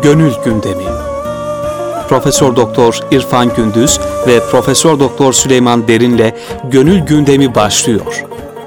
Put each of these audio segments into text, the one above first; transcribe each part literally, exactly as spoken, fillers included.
Gönül Gündemi. Profesör Doktor İrfan Gündüz ve Profesör Doktor Süleyman Derin'le Gönül Gündemi başlıyor.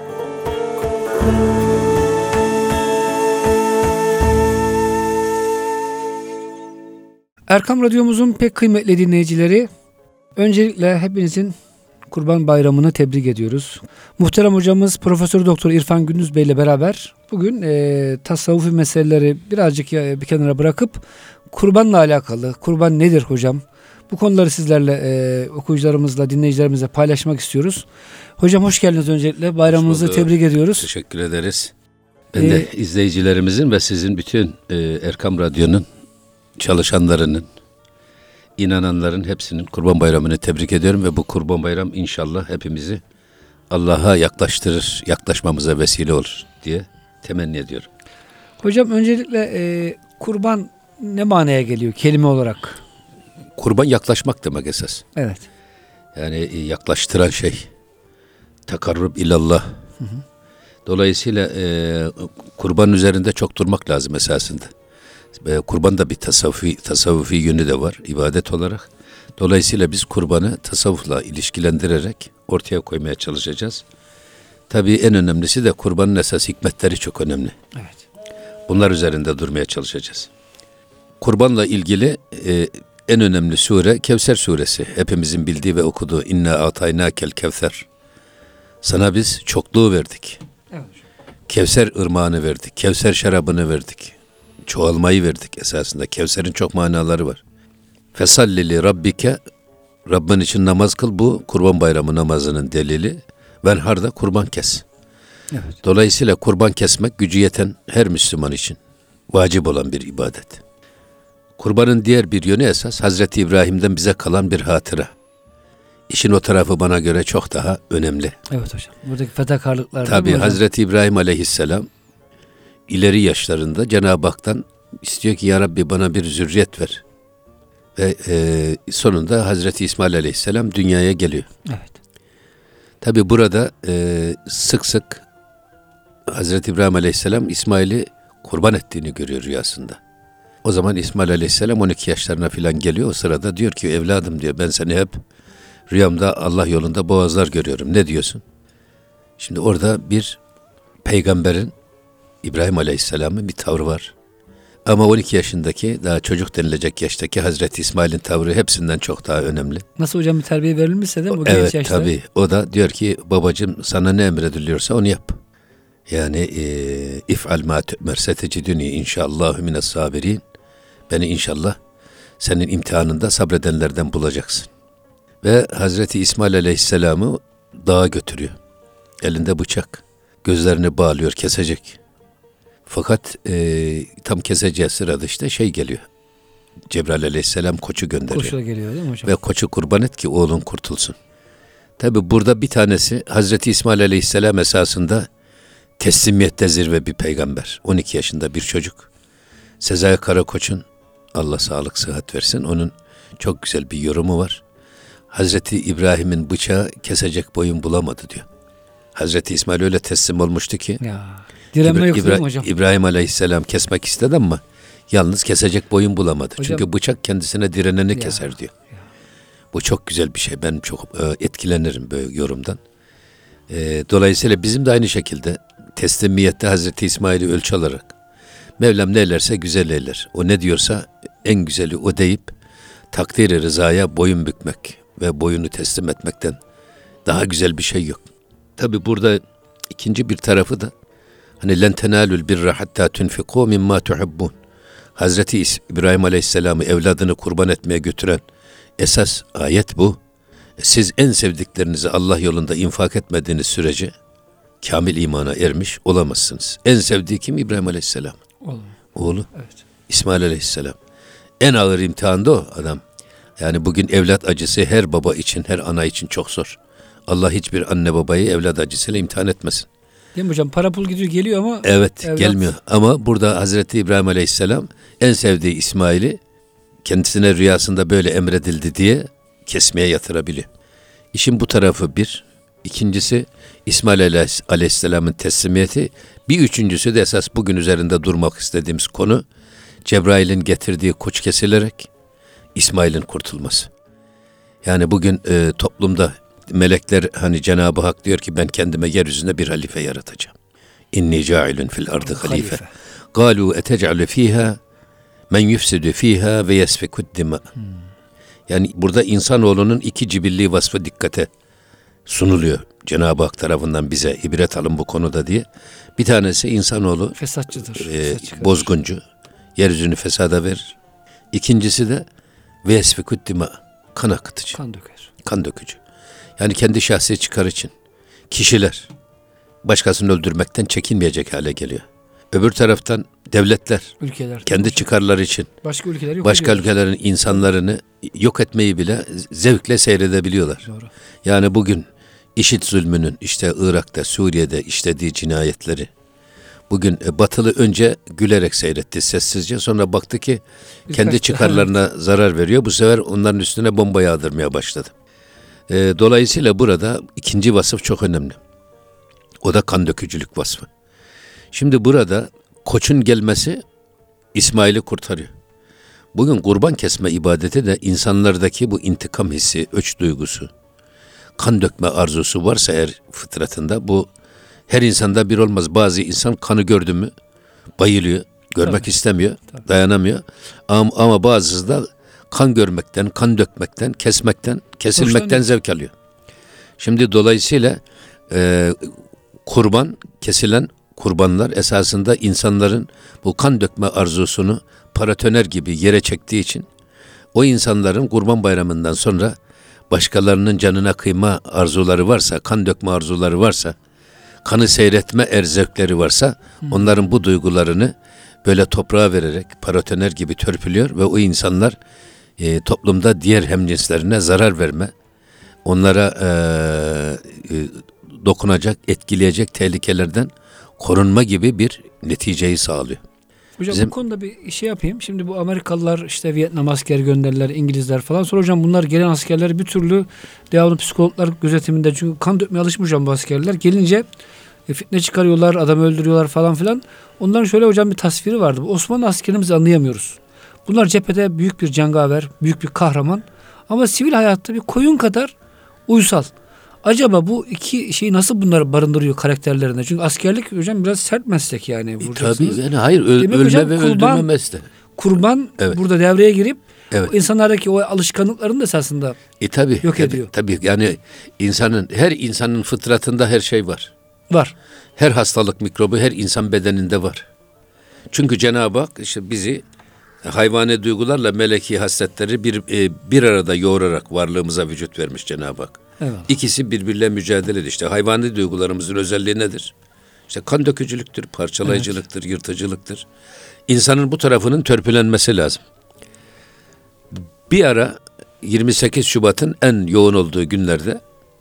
Erkam Radyomuzun pek kıymetli dinleyicileri, öncelikle hepinizin Kurban Bayramı'nı tebrik ediyoruz. Muhterem hocamız Profesör Doktor İrfan Gündüz Bey ile beraber bugün e, tasavvufi meseleleri birazcık e, bir kenara bırakıp kurbanla alakalı, kurban nedir hocam? Bu konuları sizlerle, e, okuyucularımızla, dinleyicilerimizle paylaşmak istiyoruz. Hocam hoş geldiniz öncelikle. Bayramınızı tebrik ediyoruz. Teşekkür ederiz. Ben ee, de izleyicilerimizin ve sizin bütün e, Erkam Radyo'nun çalışanlarının, inananların hepsinin Kurban Bayramı'nı tebrik ediyorum ve bu Kurban Bayram inşallah hepimizi Allah'a yaklaştırır, yaklaşmamıza vesile olur diye temenni ediyorum. Hocam öncelikle e, kurban ne manaya geliyor kelime olarak? Kurban yaklaşmak demek esas. Evet. Yani e, yaklaştıran şey. Tekarrub ilallah. Hı hı. Dolayısıyla e, kurban üzerinde çok durmak lazım esasında. E, kurban da bir tasavvufi, tasavvufi yönü de var ibadet olarak. Dolayısıyla biz kurbanı tasavvufla ilişkilendirerek ortaya koymaya çalışacağız. Tabii en önemlisi de kurbanın esas hikmetleri çok önemli. Evet. Bunlar üzerinde durmaya çalışacağız. Kurbanla ilgili e, en önemli sure Kevser suresi. Hepimizin bildiği ve okuduğu İnna ataynâkel kevser. Sana biz çokluğu verdik. Evet. Kevser ırmağını verdik. Kevser şarabını verdik. Çoğalmayı verdik esasında. Kevser'in çok manaları var. Fesallili rabbike, Rabbin için namaz kıl, bu Kurban Bayramı namazının delili. Venharda kurban kes. Evet. Dolayısıyla kurban kesmek gücü yeten her Müslüman için vacip olan bir ibadet. Kurbanın diğer bir yönü esas Hazreti İbrahim'den bize kalan bir hatıra. İşin o tarafı bana göre çok daha önemli. Evet hocam. Buradaki fedakarlıklar. Tabii Hazreti İbrahim Aleyhisselam ileri yaşlarında Cenab-ı Hak'tan istiyor ki ya Rabbi bana bir zürriyet ver. Ve e, sonunda Hazreti İsmail Aleyhisselam dünyaya geliyor. Evet. Tabii burada e, sık sık Hazreti İbrahim Aleyhisselam İsmail'i kurban ettiğini görüyor rüyasında. O zaman İsmail Aleyhisselam on iki yaşlarına falan geliyor. O sırada diyor ki evladım diyor, ben seni hep rüyamda Allah yolunda boğazlar görüyorum. Ne diyorsun? Şimdi orada bir peygamberin, İbrahim Aleyhisselam'ın bir tavrı var. Ama on iki yaşındaki daha çocuk denilecek yaştaki Hazreti İsmail'in tavrı hepsinden çok daha önemli. Nasıl hocam, bir terbiye verilmişse de bu evet, genç yaşta. Evet tabii. O da diyor ki babacığım sana ne emrediliyorsa onu yap. Yani if'al ma tu'mer seteciduni inşallahu mines sabirin. Beni inşallah senin imtihanında sabredenlerden bulacaksın. Ve Hazreti İsmail Aleyhisselam'ı dağa götürüyor. Elinde bıçak. Gözlerini bağlıyor, kesecek. Fakat e, tam keseceği sırada işte şey geliyor. Cebrail Aleyhisselam koçu gönderiyor. Koçla geliyor değil mi hocam? Ve koçu kurban et ki oğlun kurtulsun. Tabi burada bir tanesi Hazreti İsmail Aleyhisselam esasında teslimiyette zirve bir peygamber. on iki yaşında bir çocuk. Sezai Karakoç'un, Allah sağlık sıhhat versin, onun çok güzel bir yorumu var. Hazreti İbrahim'in bıçağı kesecek boyun bulamadı diyor. Hazreti İsmail öyle teslim olmuştu ki ya, direnme İbra- yok İbra- değil mi hocam? İbrahim Aleyhisselam kesmek istedi ama yalnız kesecek boyun bulamadı. Hocam, çünkü bıçak kendisine direneni ya, keser diyor. Ya. Bu çok güzel bir şey. Ben çok e, etkilenirim böyle yorumdan. E, dolayısıyla bizim de aynı şekilde teslimiyette Hazreti İsmail'i ölçü alarak Mevlam ne eylerse güzel eyler. O ne diyorsa en güzeli o deyip takdir-i rızaya boyun bükmek ve boyunu teslim etmekten daha güzel bir şey yok. Tabi burada ikinci bir tarafı da hani len tenalul birra hatta tunfiku mimma tuhibbun. Hazreti İbrahim Aleyhisselam'ı evladını kurban etmeye götüren esas ayet bu. Siz en sevdiklerinizi Allah yolunda infak etmediğiniz sürece kamil imana ermiş olamazsınız. En sevdiği kim? İbrahim Aleyhisselam. Oğlu. Oğlu. Evet. İsmail Aleyhisselam. En ağır imtihanda o adam. Yani bugün evlat acısı her baba için, her ana için çok zor. Allah hiçbir anne babayı evlat acısıyla imtihan etmesin. Değil mi hocam? Para pul gidiyor geliyor ama evet evlat... gelmiyor. Ama burada Hazreti İbrahim Aleyhisselam en sevdiği İsmail'i kendisine rüyasında böyle emredildi diye kesmeye yatırabiliyor. İşin bu tarafı bir. İkincisi İsmail Aleyhisselam'ın teslimiyeti. Bir üçüncüsü de esas bugün üzerinde durmak istediğimiz konu Cebrail'in getirdiği koç kesilerek İsmail'in kurtulması. Yani bugün e, toplumda melekler, hani Cenab-ı Hak diyor ki ben kendime yeryüzünde bir halife yaratacağım. İnni câilun fil ardı halife. Galu etec'alu fiha men yufsidu fiha ve yesfikud dima. Hmm. Yani burada insanoğlunun iki cibilli vasfı dikkate sunuluyor Cenab-ı Hak tarafından, bize ibret alın bu konuda diye. Bir tanesi insanoğlu fesatçıdır. E, bozguncu, yeryüzünü fesada verir. İkincisi de ve yesfikud dima, kan akıtıcı. Kan döker. Kan dökücü. Yani kendi şahsi çıkar için kişiler başkasını öldürmekten çekinmeyecek hale geliyor. Öbür taraftan devletler, ülkeler kendi çıkarları için başka ülkeler yok başka ediyorlar. ülkelerin insanlarını yok etmeyi bile zevkle seyredebiliyorlar. Doğru. Yani bugün IŞİD zulmünün işte Irak'ta, Suriye'de işlediği cinayetleri bugün Batılı önce gülerek seyretti sessizce, sonra baktı ki kendi Birkaç çıkarlarına zarar veriyor. Bu sefer onların üstüne bomba yağdırmaya başladı. E, dolayısıyla burada ikinci vasıf çok önemli. O da kan dökücülük vasfı. Şimdi burada koçun gelmesi İsmail'i kurtarıyor. Bugün kurban kesme ibadeti de insanlardaki bu intikam hissi, öç duygusu, kan dökme arzusu varsa eğer fıtratında, bu her insanda bir olmaz. Bazı insan kanı gördü mü bayılıyor, görmek Tabii. istemiyor, Tabii. dayanamıyor. Ama, ama bazısı da kan görmekten, kan dökmekten, kesmekten, kesilmekten zevk alıyor. Şimdi dolayısıyla e, kurban, kesilen kurbanlar esasında insanların bu kan dökme arzusunu paratoner gibi yere çektiği için o insanların Kurban Bayramı'ndan sonra başkalarının canına kıyma arzuları varsa, kan dökme arzuları varsa, kanı seyretme erzevkleri varsa, hmm. onların bu duygularını böyle toprağa vererek paratoner gibi törpülüyor ve o insanlar e, toplumda diğer hemcinslerine zarar verme, onlara e, e, dokunacak, etkileyecek tehlikelerden korunma gibi bir neticeyi sağlıyor. Hocam Bizim... bu konuda bir şey yapayım. Şimdi bu Amerikalılar işte Vietnam asker gönderirler, İngilizler falan. Sonra hocam bunlar gelen askerler bir türlü devamlı psikologlar gözetiminde, çünkü kan dökmeye alışmış hocam bu askerler. Gelince e, fitne çıkarıyorlar, adamı öldürüyorlar falan filan. Onların şöyle hocam bir tasviri vardı. Bu Osmanlı askerimizi anlayamıyoruz. Bunlar cephede büyük bir cengaver, büyük bir kahraman. Ama sivil hayatta bir koyun kadar uysal. Acaba bu iki şeyi nasıl bunları barındırıyor karakterlerinde? Çünkü askerlik hocam biraz sert meslek yani. E, tabii yani hayır öl, ölme hocam, ve kurban, öldürme meslek. Kurban evet. burada devreye girip evet. o insanlardaki o alışkanlıklarını da esasında e, tabii, yok tabii, ediyor. Tabii yani insanın, her insanın fıtratında her şey var. Var. Her hastalık mikrobu her insan bedeninde var. Çünkü Cenab-ı Hak işte bizi hayvani duygularla meleki hasletleri bir e, bir arada yoğurarak varlığımıza vücut vermiş Cenab-ı Hak. Evet. İkisi birbiriyle mücadele ediyor. İşte hayvani duygularımızın özelliği nedir? İşte kan dökücülüktür, parçalayıcılıktır, evet. yırtıcılıktır. İnsanın bu tarafının törpülenmesi lazım. Bir ara yirmi sekiz Şubat'ın en yoğun olduğu günlerde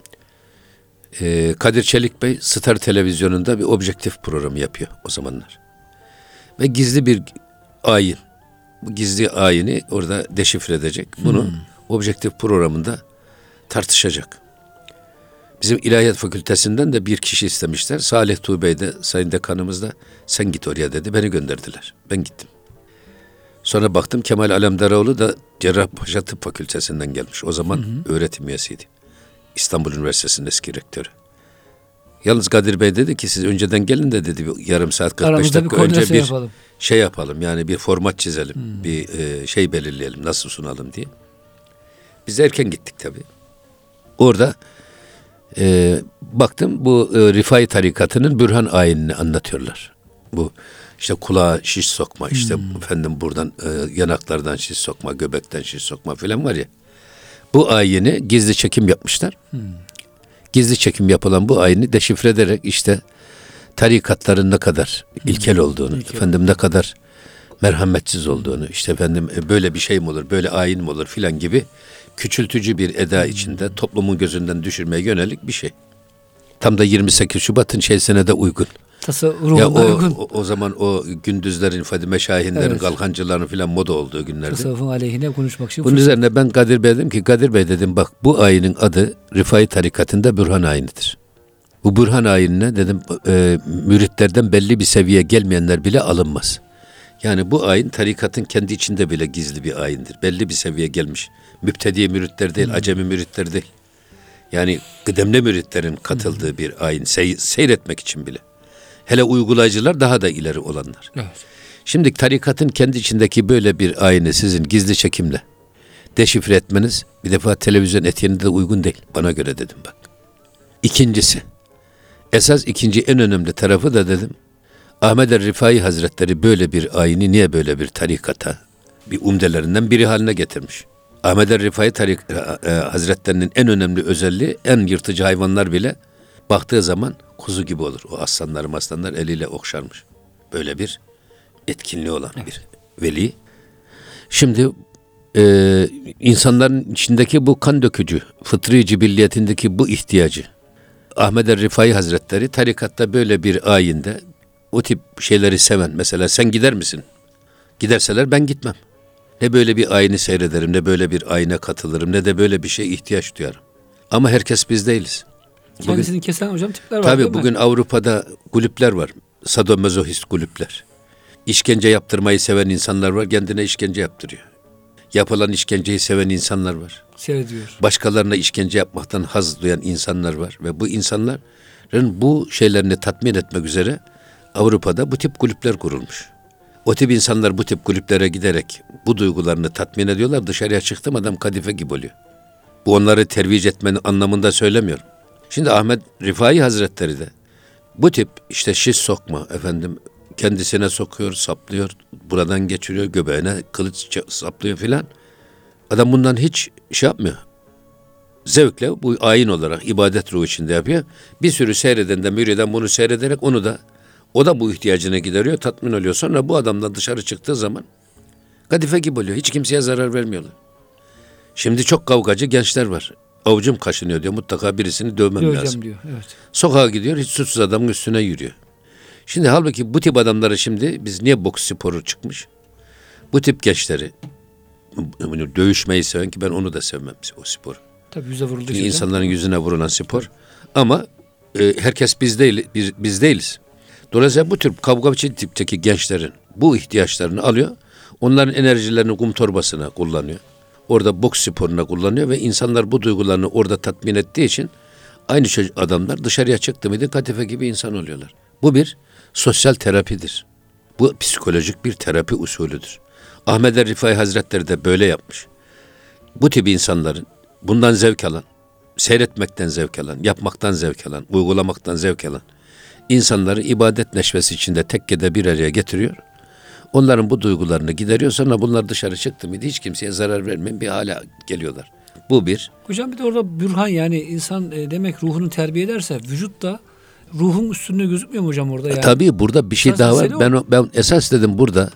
e, Kadir Çelik Bey Star Televizyonu'nda bir objektif programı yapıyor o zamanlar. Ve gizli bir ayin. Bu gizli ayini orada deşifre edecek. Bunu hmm. objektif programında tartışacak. Bizim İlahiyat Fakültesinden de bir kişi istemişler. Salih Tuğbey de, Sayın Dekanımız da sen git oraya dedi. Beni gönderdiler. Ben gittim. Sonra baktım Kemal Alemdaroğlu da Cerrahpaşa Tıp Fakültesinden gelmiş. O zaman hı hı. öğretim üyesiydi. İstanbul Üniversitesi'nin eski rektörü. Yalnız Kadir Bey dedi ki siz önceden gelin de dedi bir yarım saat kırk beş Aramızda dakika bir önce bir yapalım. şey yapalım. Yani bir format çizelim. Hmm. Bir e, şey belirleyelim. Nasıl sunalım diye. Biz de erken gittik tabii. Orada e, baktım bu e, Rifai tarikatının Bürhan ayinini anlatıyorlar. Bu işte kulağa şiş sokma, işte hmm. efendim buradan e, yanaklardan şiş sokma, göbekten şiş sokma falan var ya. Bu ayini gizli çekim yapmışlar. Hmm. Gizli çekim yapılan bu ayini deşifre ederek işte tarikatların ne kadar ilkel olduğunu, ilkel. efendim ne kadar merhametsiz olduğunu, işte efendim böyle bir şey mi olur, böyle ayin mi olur filan gibi küçültücü bir eda içinde toplumun gözünden düşürmeye yönelik bir şey. Tam da yirmi sekiz Şubat'ın şeysine de uygun. Ya o, uygun. O, o zaman o gündüzlerin, Fadime Şahinlerin, evet. Kalkancıların filan moda olduğu günlerde. Tasavvufun aleyhine konuşmak için. Bunun üzerine ben Kadir Bey dedim ki, Kadir Bey dedim bak bu ayinin adı Rifai tarikatında Bürhan ayinidir. Bu Bürhan ayinine dedim e, müritlerden belli bir seviyeye gelmeyenler bile alınmaz. Yani bu ayin tarikatın kendi içinde bile gizli bir ayindir. Belli bir seviyeye gelmiş. Müptedi müritler değil, hmm. acemi müritler değil. Yani kıdemli müritlerin katıldığı hmm. bir ayin. Sey- seyretmek için bile. Hele uygulayıcılar daha da ileri olanlar. Evet. Şimdi tarikatın kendi içindeki böyle bir ayini sizin gizli çekimle deşifre etmeniz bir defa televizyon etiğine de uygun değil. Bana göre dedim bak. İkincisi, esas ikinci en önemli tarafı da dedim, Ahmed er-Rifai Hazretleri böyle bir ayini niye böyle bir tarikata, bir umdelerinden biri haline getirmiş. Ahmed er-Rifai tarik, e, Hazretlerinin en önemli özelliği, en yırtıcı hayvanlar bile baktığı zaman kuzu gibi olur. O aslanlar maslanlar eliyle okşarmış. Böyle bir etkinliği olan evet. bir veli. Şimdi e, insanların içindeki bu kan dökücü, fıtri cibilliyetindeki bu ihtiyacı, Ahmed er-Rifai Hazretleri tarikatta böyle bir ayinde o tip şeyleri seven, mesela sen gider misin? Giderseler ben gitmem. Ne böyle bir ayini seyrederim, ne böyle bir ayine katılırım, ne de böyle bir şeye ihtiyaç duyarım. Ama herkes biz değiliz. Kendisini bugün, kesen hocam tipler var tabii değil mi? Bugün Avrupa'da kulüpler var. Sadomazohist kulüpler. İşkence yaptırmayı seven insanlar var, kendine işkence yaptırıyor. Yapılan işkenceyi seven insanlar var. Seyrediyor. Başkalarına işkence yapmaktan haz duyan insanlar var. Ve bu insanların bu şeylerini tatmin etmek üzere Avrupa'da bu tip kulüpler kurulmuş. O tip insanlar bu tip kulüplere giderek bu duygularını tatmin ediyorlar. Dışarıya çıktım adam kadife gibi oluyor. Bu onları tervic etmenin anlamında söylemiyorum. Şimdi Ahmed Rifai Hazretleri de bu tip işte şiş sokma efendim kendisine sokuyor, saplıyor, buradan geçiriyor, göbeğine kılıç saplıyor filan. Adam bundan hiç şey yapmıyor. Zevkle bu ayin olarak ibadet ruhu içinde yapıyor. Bir sürü seyreden de müriden bunu seyrederek onu da o da bu ihtiyacını gideriyor, tatmin oluyor. Sonra bu adamdan dışarı çıktığı zaman kadife gibi oluyor. Hiç kimseye zarar vermiyorlar. Şimdi çok kavgacı gençler var. Avucum kaşınıyor diyor. Mutlaka birisini dövmem Döveceğim lazım. diyor. Evet. Sokağa gidiyor, hiç suçsuz adamın üstüne yürüyor. Şimdi halbuki bu tip adamları şimdi biz niye boks sporu çıkmış? Bu tip gençleri dövüşmeyi seven ki ben onu da sevmem o spor. Tabii yüze vuruldu. Çünkü insanların yüzüne vurulan spor. Ama e, herkes biz değil, biz, biz değiliz. Dolayısıyla bu tür kavgacı tipteki gençlerin bu ihtiyaçlarını alıyor. Onların enerjilerini kum torbasına kullanıyor. Orada boks sporuna kullanıyor ve insanlar bu duygularını orada tatmin ettiği için aynı adamlar dışarıya çıktı mıydı kadife gibi insan oluyorlar. Bu bir sosyal terapidir. Bu psikolojik bir terapi usulüdür. Ahmed er-Rifai Hazretleri de böyle yapmış. Bu tip insanların bundan zevk alan, seyretmekten zevk alan, yapmaktan zevk alan, uygulamaktan zevk alan insanları ibadet neşvesi içinde tekkede bir araya getiriyor. Onların bu duygularını gideriyor. Sonra bunlar dışarı çıktı mıydı hiç kimseye zarar vermeyen bir hale geliyorlar. Bu bir. Hocam bir de orada bürhan yani insan e, demek ruhunu terbiye ederse vücut da ruhun üstünde gözükmüyor mu hocam orada? Yani? E, tabii burada bir şey esas daha var. Ben, ben esas dedim burada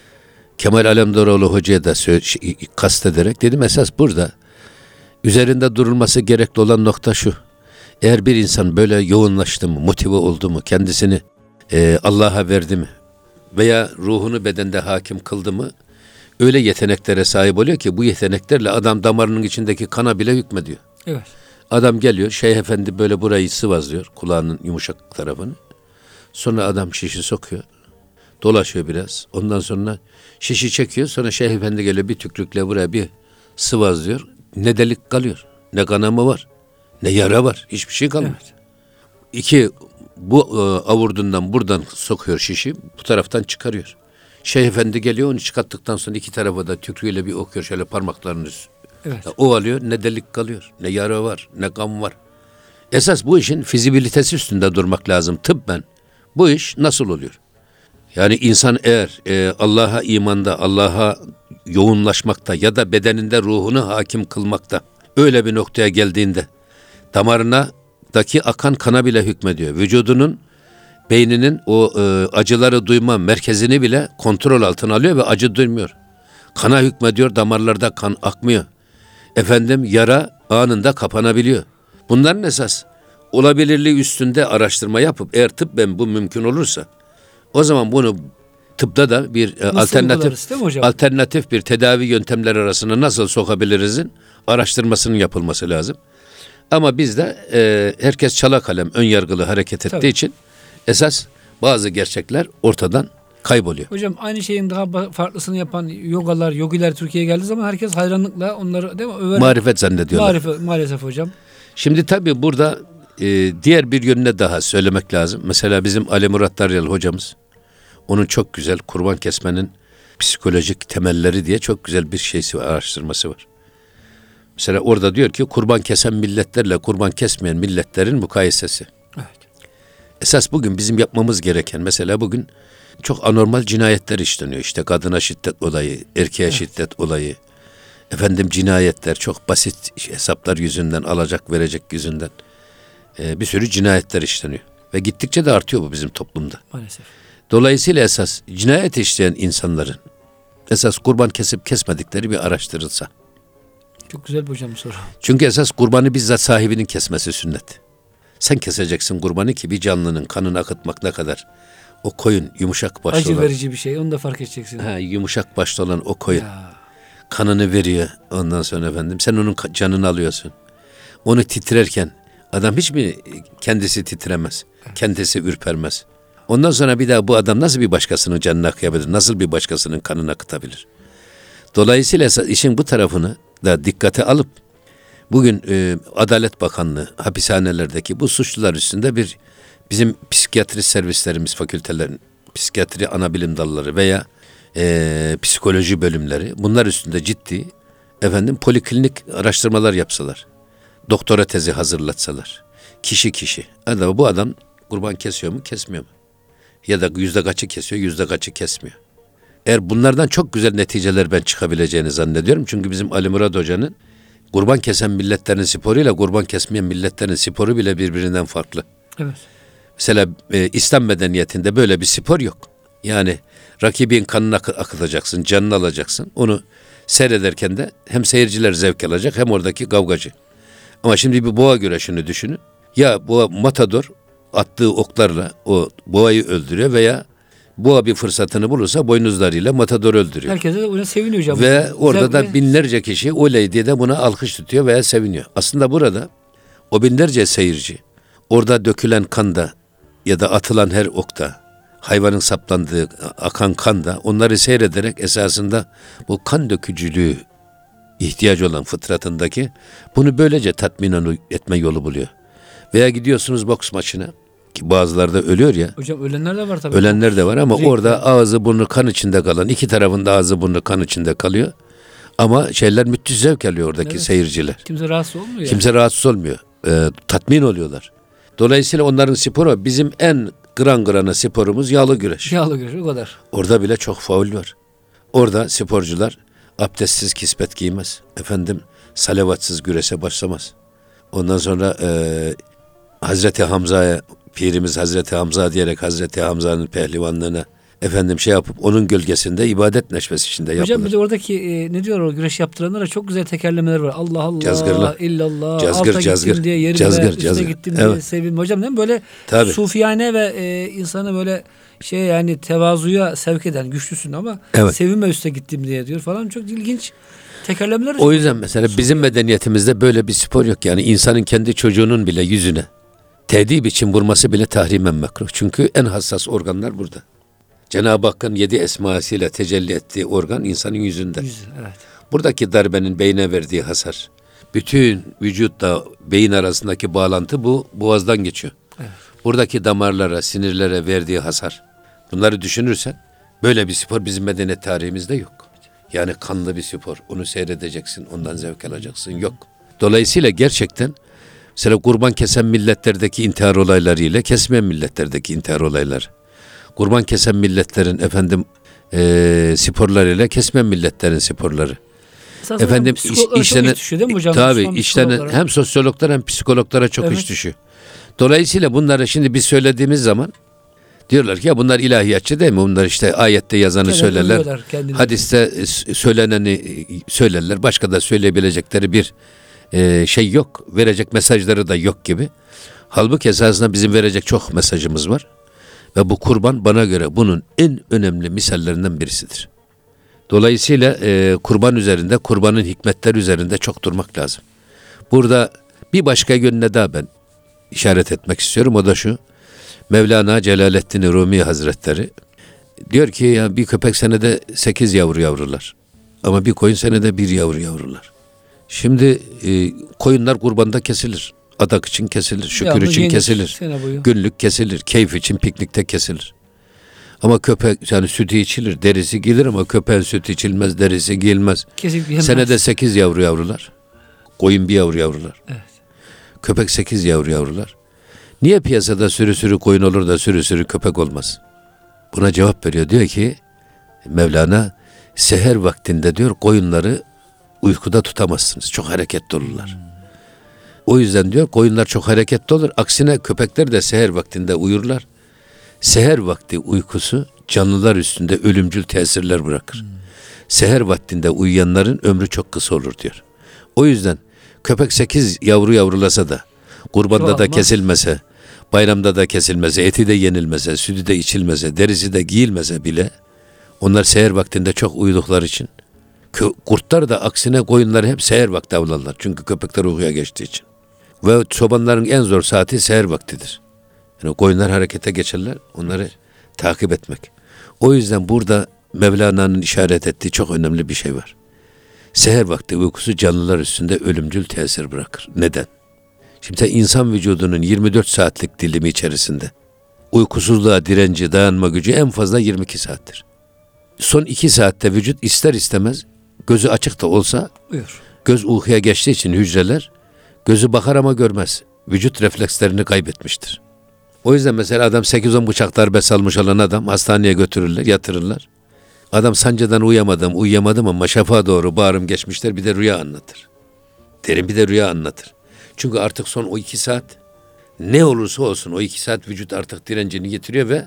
Kemal Alemdaroğlu Hoca'ya da şey, kastederek dedim esas burada üzerinde durulması gerekli olan nokta şu. Eğer bir insan böyle yoğunlaştı mı, motive oldu mu, kendisini e, Allah'a verdi mi veya ruhunu bedende hakim kıldı mı öyle yeteneklere sahip oluyor ki bu yeteneklerle adam damarının içindeki kana bile hükmediyor. Evet. Adam geliyor, Şeyh Efendi böyle burayı sıvazlıyor, kulağının yumuşak tarafını. Sonra adam şişi sokuyor, dolaşıyor biraz. Ondan sonra şişi çekiyor, sonra Şeyh Efendi geliyor bir tükrükle buraya bir sıvazlıyor. Ne delik kalıyor, ne kanama var, ne yara var, hiçbir şey kalmıyor. Evet. İki, bu e, avurdundan buradan sokuyor şişi, bu taraftan çıkarıyor. Şeyh Efendi geliyor, onu çıkarttıktan sonra iki tarafa da tükrüğüyle bir okuyor şöyle parmaklarını evet. ovalıyor, ne delik kalıyor, ne yara var, ne kan var. Esas bu işin fizibilitesi üstünde durmak lazım tıbben. Bu iş nasıl oluyor? Yani insan eğer e, Allah'a imanda, Allah'a yoğunlaşmakta ya da bedeninde ruhunu hakim kılmakta öyle bir noktaya geldiğinde damarına daki akan kana bile hükmediyor. Vücudunun, beyninin o e, acıları duyma merkezini bile kontrol altına alıyor ve acı duymuyor. Kana hükmediyor, damarlarda kan akmıyor. Efendim yara anında kapanabiliyor. Bunların esas olabilirliği üstünde araştırma yapıp eğer tıbben bu mümkün olursa o zaman bunu tıpta da bir e, alternatif alternatif bir tedavi yöntemleri arasına nasıl sokabilirizin araştırmasının yapılması lazım. Ama bizde e, herkes çala kalem ön yargılı hareket ettiği Tabii. için esas bazı gerçekler ortadan kayboluyor. Hocam aynı şeyin daha ba- farklısını yapan yogalar, yogiler Türkiye'ye geldiği zaman herkes hayranlıkla onları değil mi? Över, Marifet zannediyorlar. Marifet, maalesef hocam. Şimdi tabii burada e, diğer bir yönüne daha söylemek lazım. Mesela bizim Ali Murat Daryalı hocamız, onun çok güzel kurban kesmenin psikolojik temelleri diye çok güzel bir şeysi var, araştırması var. Mesela orada diyor ki kurban kesen milletlerle kurban kesmeyen milletlerin mukayesesi. Evet. Esas bugün bizim yapmamız gereken, mesela bugün çok anormal cinayetler işleniyor. İşte kadına şiddet olayı, erkeğe evet. şiddet olayı, efendim cinayetler, çok basit hesaplar yüzünden, alacak verecek yüzünden e, bir sürü cinayetler işleniyor. Ve gittikçe de artıyor bu bizim toplumda. Maalesef. Dolayısıyla esas cinayet işleyen insanların esas kurban kesip kesmedikleri bir araştırılsa. Çok güzel bir hocam soru. Çünkü esas kurbanı bizzat sahibinin kesmesi sünnet. Sen keseceksin kurbanı ki bir canlının kanını akıtmak ne kadar. O koyun yumuşak başlı Acı olan. verici bir şey, onu da fark edeceksin. Ha, yumuşak başlı olan o koyun. Ya. Kanını veriyor ondan sonra efendim. Sen onun canını alıyorsun. Onu titrerken adam hiç mi kendisi titremez? Evet. Kendisi ürpermez. Ondan sonra bir daha bu adam nasıl bir başkasının canını akıyabilir? Nasıl bir başkasının kanını akıtabilir? Dolayısıyla işin bu tarafını da dikkate alıp bugün e, Adalet Bakanlığı hapishanelerdeki bu suçlular üstünde bir bizim psikiyatri servislerimiz, fakültelerin psikiyatri ana bilim dalları veya e, psikoloji bölümleri bunlar üstünde ciddi efendim poliklinik araştırmalar yapsalar. Doktora tezi hazırlatsalar. Kişi kişi. Adam, bu adam kurban kesiyor mu, kesmiyor mu? Ya da yüzde kaçı kesiyor, yüzde kaçı kesmiyor. Eğer bunlardan çok güzel neticeler ben çıkabileceğini zannediyorum. Çünkü bizim Ali Murat Hoca'nın kurban kesen milletlerin sporuyla kurban kesmeyen milletlerin sporu bile birbirinden farklı. Evet. Mesela e, İslam medeniyetinde böyle bir spor yok. Yani rakibin kanını ak- akıtacaksın, canını alacaksın. Onu seyrederken de hem seyirciler zevk alacak hem oradaki kavgacı. Ama şimdi bir boğa güreşini düşünün. Ya boğa matador attığı oklarla o boğayı öldürüyor veya boğa bir fırsatını bulursa boynuzlarıyla matador öldürüyor. Herkes de ona seviniyor hocam. Ve orada Güzel da bir... binlerce kişi oley diye de buna alkış tutuyor veya seviniyor. Aslında burada o binlerce seyirci orada dökülen kanda ya da atılan her okta, hayvanın saplandığı akan kanda onları seyrederek esasında bu kan dökücülüğü ihtiyacı olan fıtratındaki bunu böylece tatmin etme yolu buluyor. Veya gidiyorsunuz boks maçına ki bazıları da ölüyor ya. Hocam ölenler de var tabii. Ölenler de var ama Zevkli. orada ağzı burnu kan içinde kalan, iki tarafında ağzı burnu kan içinde kalıyor. Ama şeyler müthiş zevk alıyor oradaki Evet. seyirciler. Kimse rahatsız olmuyor. Kimse yani. rahatsız olmuyor. Ee, tatmin oluyorlar. Dolayısıyla onların sporu, bizim en gran grana sporumuz yağlı güreş. Yağlı güreş o kadar. Orada bile çok faul var. Orada sporcular abdestsiz kispet giymez. Efendim salavatsız güreşe başlamaz. Ondan sonra e, Hazreti Hamza'ya, pirimiz Hazreti Hamza diyerek Hazreti Hamza'nın pehlivanlığına efendim şey yapıp onun gölgesinde ibadet neşvesi içinde yapılır. Hocam bir de oradaki e, ne diyor o güreş yaptıranlara çok güzel tekerlemeler var. Allah Allah, Cazgırlı. illallah, Cazgır, alta cazgır. gittim diye yerime, Cazgır, üste cazgır. gittim Evet. diye sevim. Hocam değil mi? Böyle Tabii. sufiyane ve e, insanı böyle şey yani tevazuya sevk eden, güçlüsün ama Evet. sevime üste gittim diye diyor falan. Çok ilginç tekerlemeler. O yüzden mesela bizim medeniyetimizde böyle bir spor yok. Yani insanın kendi çocuğunun bile yüzüne tedip için vurması bile tahrimen mekruh. Çünkü en hassas organlar burada. Cenab-ı Hakk'ın yedi esmasıyla tecelli ettiği organ insanın yüzünde. Yüz, evet. Buradaki darbenin beyne verdiği hasar, bütün vücutla beyin arasındaki bağlantı bu boğazdan geçiyor. Evet. Buradaki damarlara, sinirlere verdiği hasar. Bunları düşünürsen böyle bir spor bizim medeniyet tarihimizde yok. Yani kanlı bir spor. Onu seyredeceksin, ondan zevk alacaksın. Yok. Dolayısıyla gerçekten mesela kurban kesen milletlerdeki intihar olayları ile kesmeyen milletlerdeki intihar olayları. Kurban kesen milletlerin efendim e, sporlarıyla kesmeyen milletlerin sporları. Esasında Efendim psikologlara iş, çok işlenen, iş düşüyor değil mi hocam? tabii Müslüman işlenen psikologlara. hem sosyologlara hem psikologlara çok Evet. iş düşüyor. Dolayısıyla bunları şimdi biz söylediğimiz zaman diyorlar ki ya bunlar ilahiyatçı değil mi? Bunlar işte ayette yazanı Kendileri söylerler. övüyorlar kendileri. Hadiste söyleneni söylerler. Başka da söyleyebilecekleri bir e, şey yok. Verecek mesajları da yok gibi. Halbuki esasında bizim verecek çok mesajımız var. Ve bu kurban bana göre bunun en önemli misallerinden birisidir. Dolayısıyla e, kurban üzerinde, kurbanın hikmetleri üzerinde çok durmak lazım. Burada bir başka yönüne daha ben işaret etmek istiyorum. O da şu. Mevlana Celaleddin Rumi Hazretleri Diyor ki ya bir köpek senede sekiz yavru yavrular. Ama bir koyun senede bir yavru yavrular. Şimdi e, koyunlar kurbanda kesilir. Adak için kesilir, şükür Yavru için yenir, kesilir. sene boyu. Günlük kesilir, keyif için piknikte kesilir. Ama köpek yani sütü içilir, derisi giyilir ama köpeğin sütü içilmez, derisi giyilmez. Kesinlikle yemez. Senede sekiz yavru yavrular. Koyun bir yavru yavrular. Evet. Köpek sekiz yavru yavrular. Niye piyasada sürü sürü koyun olur da sürü sürü köpek olmaz? Buna cevap veriyor. Diyor ki Mevlana, seher vaktinde diyor koyunları uykuda tutamazsınız. Çok hareketli olurlar. O yüzden diyor koyunlar çok hareketli olur. Aksine köpekler de seher vaktinde uyurlar. Seher vakti uykusu canlılar üstünde ölümcül tesirler bırakır. Hmm. Seher vaktinde uyuyanların ömrü çok kısa olur diyor. O yüzden köpek sekiz yavru yavrulasa da, kurbanda da kesilmese, bayramda da kesilmese, eti de yenilmese, sütü de içilmese, derisi de giyilmese bile onlar seher vaktinde çok uyudukları için. Kurtlar da aksine koyunları hep seher vakti avlarlar. Çünkü köpekler uykuya geçtiği için. Ve çobanların en zor saati seher vaktidir. Yani koyunlar harekete geçerler, onları takip etmek. O yüzden burada Mevlana'nın işaret ettiği çok önemli bir şey var. Seher vakti uykusu canlılar üstünde ölümcül tesir bırakır. Neden? Şimdi insan vücudunun yirmi dört saatlik dilimi içerisinde uykusuzluğa direnci, dayanma gücü en fazla yirmi iki saattir. Son iki saatte vücut ister istemez gözü açık da olsa Uyur. Göz uykuya geçtiği için hücreler gözü bakar ama görmez. Vücut reflekslerini kaybetmiştir. O yüzden mesela adam sekiz on bıçak darbe salmış olan adam hastaneye götürürler, yatırırlar. Adam sancıdan uyuyamadım, uyuyamadım ama şafağa doğru bağrım geçmişler, bir de rüya anlatır. Derin bir de rüya anlatır. Çünkü artık son o iki saat ne olursa olsun o iki saat vücut artık direncini getiriyor ve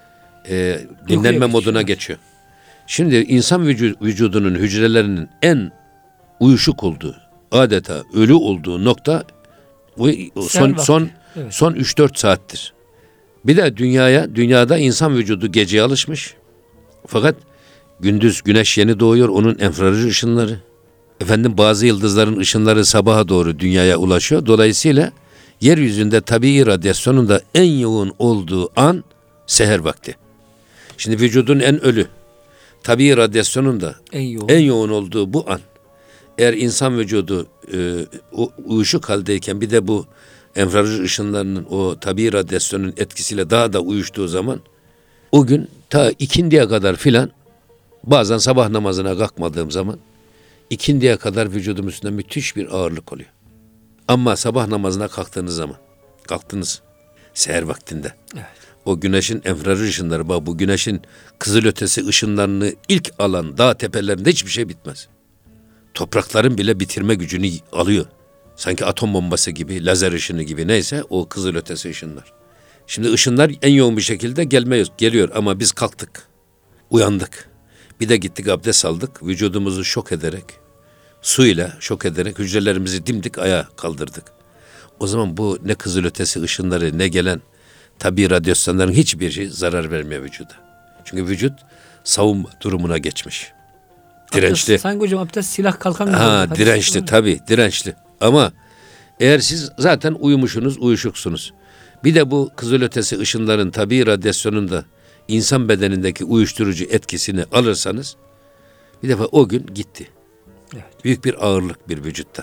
e, dinlenme moduna geçiyor. Şimdi insan vücu- vücudunun hücrelerinin en uyuşuk olduğu, adeta ölü olduğu nokta bu son son evet. son üç dört saattir. Bir de dünyaya, dünyada insan vücudu geceye alışmış. Fakat gündüz güneş yeni doğuyor, onun enfrared ışınları. Efendim bazı yıldızların ışınları sabaha doğru dünyaya ulaşıyor. Dolayısıyla yeryüzünde tabii radyasyonun da en yoğun olduğu an seher vakti. Şimdi vücudun en ölü, tabii radyasyonun da en yoğun, en yoğun olduğu bu an. Eğer insan vücudu e, uyuşuk haldeyken bir de bu enfrared ışınlarının o tabii radyasyonun etkisiyle daha da uyuştuğu zaman o gün ta ikindiye kadar filan, bazen sabah namazına kalkmadığım zaman ikindiye kadar vücudum üstünde müthiş bir ağırlık oluyor. Ama sabah namazına kalktığınız zaman, kalktınız seher vaktinde. Evet. O güneşin enfrared ışınları, bak bu güneşin kızılötesi ışınlarını ilk alan dağ tepelerinde hiçbir şey bitmez. Toprakların bile bitirme gücünü alıyor. Sanki atom bombası gibi, lazer ışını gibi neyse o kızılötesi ışınlar. Şimdi ışınlar en yoğun bir şekilde gelmiyor, geliyor ama biz kalktık, uyandık. Bir de gittik abdest aldık, vücudumuzu şok ederek, suyla şok ederek hücrelerimizi dimdik ayağa kaldırdık. O zaman bu ne kızılötesi ışınları ne gelen tabii radyasyonların hiçbir şey zarar vermiyor vücuda. Çünkü vücut savunma durumuna geçmiş. Dirençli. Abdest, sanki hocam abdest silah kalkan gibi. Ha, dirençli tabii, dirençli. Ama eğer siz zaten uyumuşsunuz, uyuşuksunuz. Bir de bu kızılötesi ışınların tabii radyasyonunda insan bedenindeki uyuşturucu etkisini alırsanız bir defa o gün gitti. Evet. Büyük bir ağırlık bir vücutta.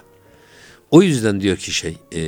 O yüzden diyor ki şey e,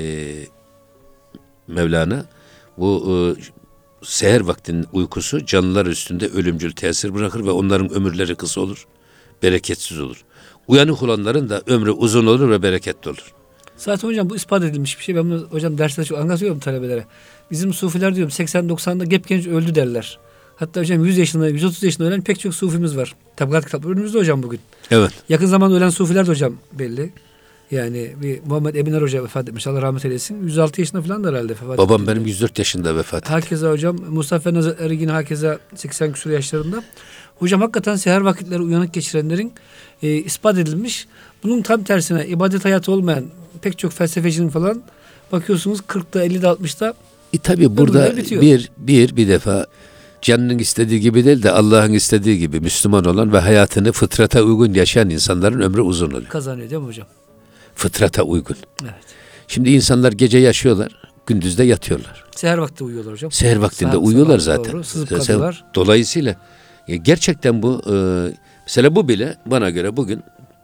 Mevlana bu e, seher vaktinin uykusu canlılar üstünde ölümcül tesir bırakır ve onların ömürleri kısa olur, bereketsiz olur. Uyanık olanların da ömrü uzun olur ve bereketli olur. Zaten hocam bu ispat edilmiş bir şey. Ben bunu hocam derslerde çok anlatıyorum talebelere. Bizim sufiler diyorum seksen doksanda gepgenç öldü derler. Hatta hocam yüz yaşında, yüz otuz yaşında ölen pek çok sufimiz var. Tabkat kitapları önümüzde hocam bugün. Evet. Yakın zamanda ölen sufiler de hocam belli. Yani bir Muhammed Ebinar Hoca vefat etmiş. Allah rahmet eylesin. yüz altı yaşında falan da herhalde vefat Babam etmiş. benim yüz dört yaşında vefat etti. Hakeza hocam Mustafa Nazır yine hakeza seksen küsur yaşlarında. Hocam hakikaten seher vakitleri uyanık geçirenlerin e, ispat edilmiş. Bunun tam tersine ibadet hayatı olmayan pek çok felsefecinin falan bakıyorsunuz kırkta, ellide, altmışta E tabi burada bir, bir bir defa canının istediği gibi değil de Allah'ın istediği gibi Müslüman olan ve hayatını fıtrata uygun yaşayan insanların ömrü uzun oluyor. Kazanıyor değil mi hocam? Fıtrata uygun. Evet. Şimdi insanlar gece yaşıyorlar, gündüz de yatıyorlar. Seher vakti uyuyorlar hocam. Seher vaktinde Saat, uyuyorlar zaten. Doğru, sızıp kalıyorlar. Dolayısıyla E, gerçekten bu e, mesela bu bile bana göre bugün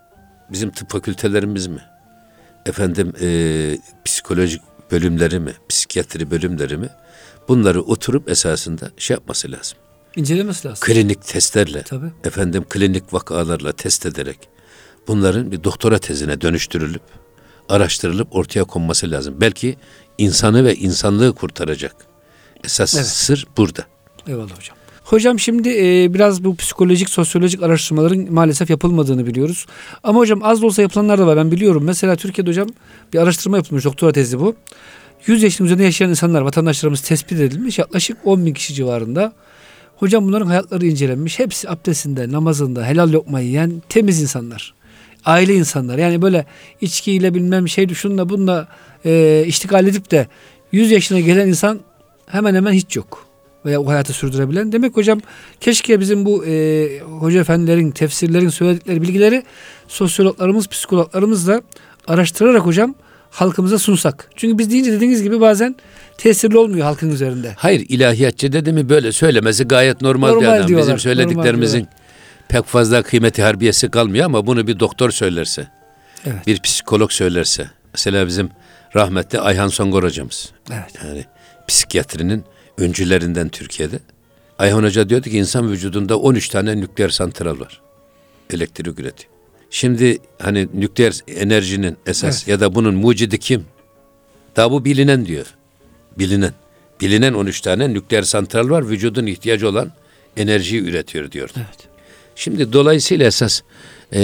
bizim tıp fakültelerimiz mi? Efendim e, psikolojik bölümleri mi? Psikiyatri bölümleri mi? Bunları oturup esasında şey yapması lazım. İncelemesi lazım. Klinik testlerle, Tabii. efendim klinik vakalarla test ederek bunların bir doktora tezine dönüştürülüp araştırılıp ortaya konması lazım. Belki insanı ve insanlığı kurtaracak. Esas Evet. sır burada. Eyvallah hocam. Hocam şimdi e, biraz bu psikolojik, sosyolojik araştırmaların maalesef yapılmadığını biliyoruz. Ama hocam az da olsa yapılanlar da var. Ben biliyorum. Mesela Türkiye'de hocam bir araştırma yapılmış. Doktora tezi bu. yüz yaşın üzerinde yaşayan insanlar, vatandaşlarımız tespit edilmiş. Yaklaşık on bin kişi civarında. Hocam bunların hayatları incelenmiş. Hepsi abdestinde, namazında, helal lokmayı yiyen temiz insanlar. Aile insanlar. Yani böyle içkiyle bilmem şey şununla bununla e, iştigal edip de yüz yaşına gelen insan hemen hemen hiç yok. Veya o hayatı sürdürebilen. Demek hocam keşke bizim bu e, hoca efendilerin, tefsirlerin söyledikleri bilgileri sosyologlarımız, psikologlarımız da araştırarak hocam halkımıza sunsak. Çünkü biz deyince dediğiniz gibi bazen tesirli olmuyor halkın üzerinde. Hayır, ilahiyatçı dedi mi böyle söylemesi gayet normal, Normal bir adam. diyorlar, Bizim söylediklerimizin pek fazla kıymeti harbiyesi kalmıyor ama bunu bir doktor söylerse, Evet. bir psikolog söylerse. Mesela bizim rahmetli Ayhan Songor hocamız. Evet. Yani psikiyatrinin öncülerinden Türkiye'de. Ayhan Hoca diyordu ki insan vücudunda on üç tane nükleer santral var. Elektrik üretiyor. Şimdi hani nükleer enerjinin esas Evet. ya da bunun mucidi kim? Daha bu bilinen diyor. Bilinen. Bilinen on üç tane nükleer santral var. Vücudun ihtiyacı olan enerjiyi üretiyor diyordu. Evet. Şimdi dolayısıyla esas e,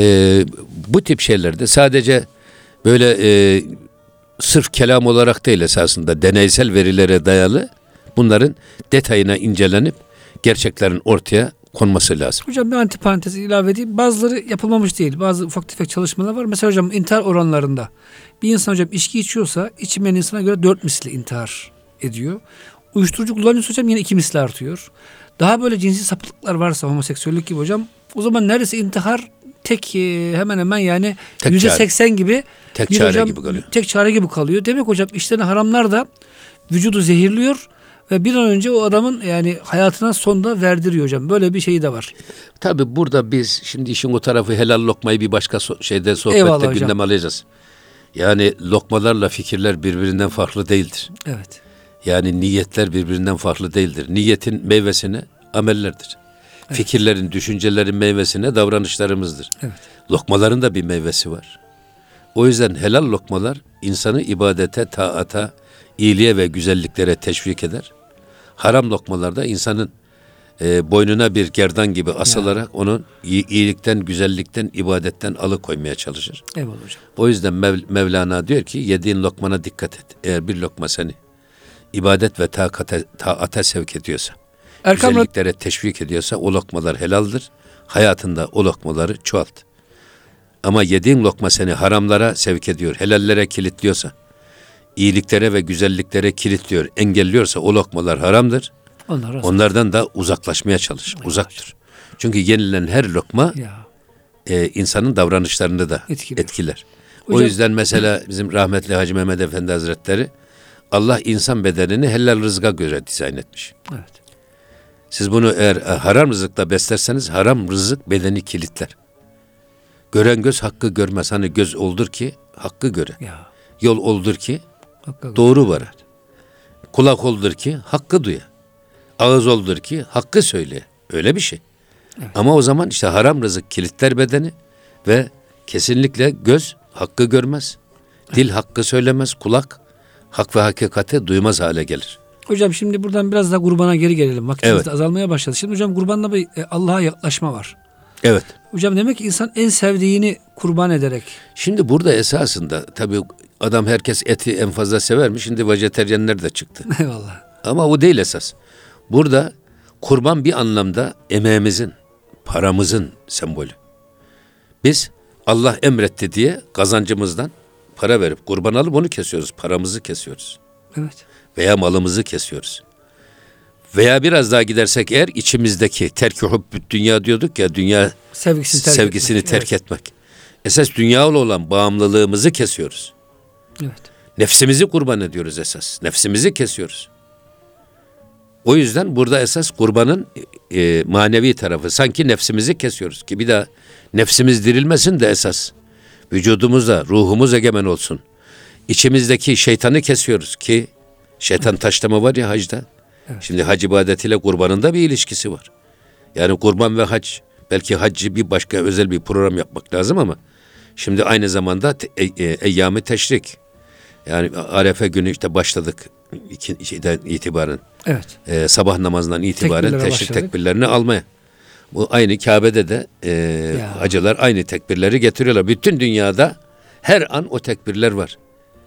bu tip şeylerde sadece böyle e, sırf kelam olarak değil, esasında deneysel verilere dayalı bunların detayına incelenip gerçeklerin ortaya konması lazım. Hocam bir antiparantez ilave edeyim. Bazıları yapılmamış değil. Bazı ufak tefek çalışmalar var. Mesela hocam intihar oranlarında bir insan hocam içki içiyorsa içmeyen insana göre dört misli intihar ediyor. Uyuşturucu kullanıyorsa hocam yine iki misli artıyor. Daha böyle cinsi sapıklıklar varsa homoseksüellik gibi hocam o zaman neredeyse intihar tek e, hemen hemen yani Tek yüzde çare. seksen gibi Tek bir çare hocam, gibi kalıyor. Tek çare gibi kalıyor. Demek hocam işlenen haramlar da vücudu zehirliyor ve bir an önce o adamın yani hayatına son da verdiriyor hocam. Böyle bir şey de var. Tabii burada biz şimdi işin o tarafı helal lokmayı bir başka so- şeyde sohbette Eyvallah hocam. gündeme alacağız. Yani lokmalarla fikirler birbirinden farklı değildir. Evet. Yani niyetler birbirinden farklı değildir. Niyetin meyvesine amellerdir. Evet. Fikirlerin, düşüncelerin meyvesine davranışlarımızdır. Evet. Lokmaların da bir meyvesi var. O yüzden helal lokmalar insanı ibadete, taata, iyiliğe ve güzelliklere teşvik eder. Haram lokmalar da insanın e, boynuna bir gerdan gibi asılarak onu iyi- iyilikten, güzellikten, ibadetten alıkoymaya çalışır. Eyvallah hocam. O yüzden Mev- Mevlana diyor ki yediğin lokmana dikkat et. Eğer bir lokma seni ibadet ve taakata, taata sevk ediyorsa, Erkam Rad- güzelliklere teşvik ediyorsa o lokmalar helaldir. Hayatında o lokmaları çoğalt. Ama yediğin lokma seni haramlara sevk ediyor, helallere kilitliyorsa, iyiliklere ve güzelliklere kilitliyor, engelliyorsa o lokmalar haramdır. onlar razı- Onlardan da uzaklaşmaya çalış, uzak dur. Çünkü yenilen her lokma ya. e, insanın davranışlarını da Etkiliyor. etkiler. O Hocam- yüzden mesela bizim rahmetli Hacı Mehmet Efendi Hazretleri Allah insan bedenini helal rızka göre dizayn etmiş. Evet. Siz bunu eğer e, haram rızıkla beslerseniz haram rızık bedeni kilitler. Gören göz hakkı görmez. Hani göz oldur ki hakkı göre. Ya. Yol oldur ki Hakikaten. doğru varar. Kulak oldur ki hakkı duya. Ağız oldur ki hakkı söyle. Öyle bir şey. Evet. Ama o zaman işte haram rızık kilitler bedeni ve kesinlikle göz hakkı görmez. Dil hakkı söylemez. Kulak hak ve hakikati duymaz hale gelir. Hocam şimdi buradan biraz daha kurbana geri gelelim. Vaktimiz Evet. de azalmaya başladı. Şimdi hocam kurbanla bir e, Allah'a yaklaşma var. Evet. Hocam demek ki insan en sevdiğini kurban ederek. Şimdi burada esasında tabii adam herkes eti en fazla sever mi? Şimdi vejeteryenler de çıktı. Eyvallah. Ama o değil esas. Burada kurban bir anlamda emeğimizin, paramızın sembolü. Biz Allah emretti diye kazancımızdan para verip kurban alıp onu kesiyoruz. Paramızı kesiyoruz. Evet. Veya malımızı kesiyoruz. Veya biraz daha gidersek eğer içimizdeki terk-i hubbüd dünya diyorduk ya, dünya Sevgisini terk sevgisini etmek. terk Evet. etmek. Esas dünyalı olan bağımlılığımızı kesiyoruz. Evet. Nefsimizi kurban ediyoruz esas. Nefsimizi kesiyoruz. O yüzden burada esas kurbanın e, manevi tarafı. Sanki nefsimizi kesiyoruz ki bir daha nefsimiz dirilmesin de esas. Vücudumuzda ruhumuz egemen olsun. İçimizdeki şeytanı kesiyoruz ki şeytan taşlama var ya hacda. Evet. Şimdi hac ibadetiyle kurbanın da bir ilişkisi var. Yani kurban ve hac, belki haccı bir başka özel bir program yapmak lazım ama şimdi aynı zamanda te, e, e, eyyam-ı teşrik. Yani Arefe günü işte başladık iki, şeyden itibaren. Evet. E, sabah namazından itibaren Tekbirlere teşrik başladık. tekbirlerini almaya. Bu aynı Kabe'de de e, Ya. hacılar aynı tekbirleri getiriyorlar. Bütün dünyada her an o tekbirler var.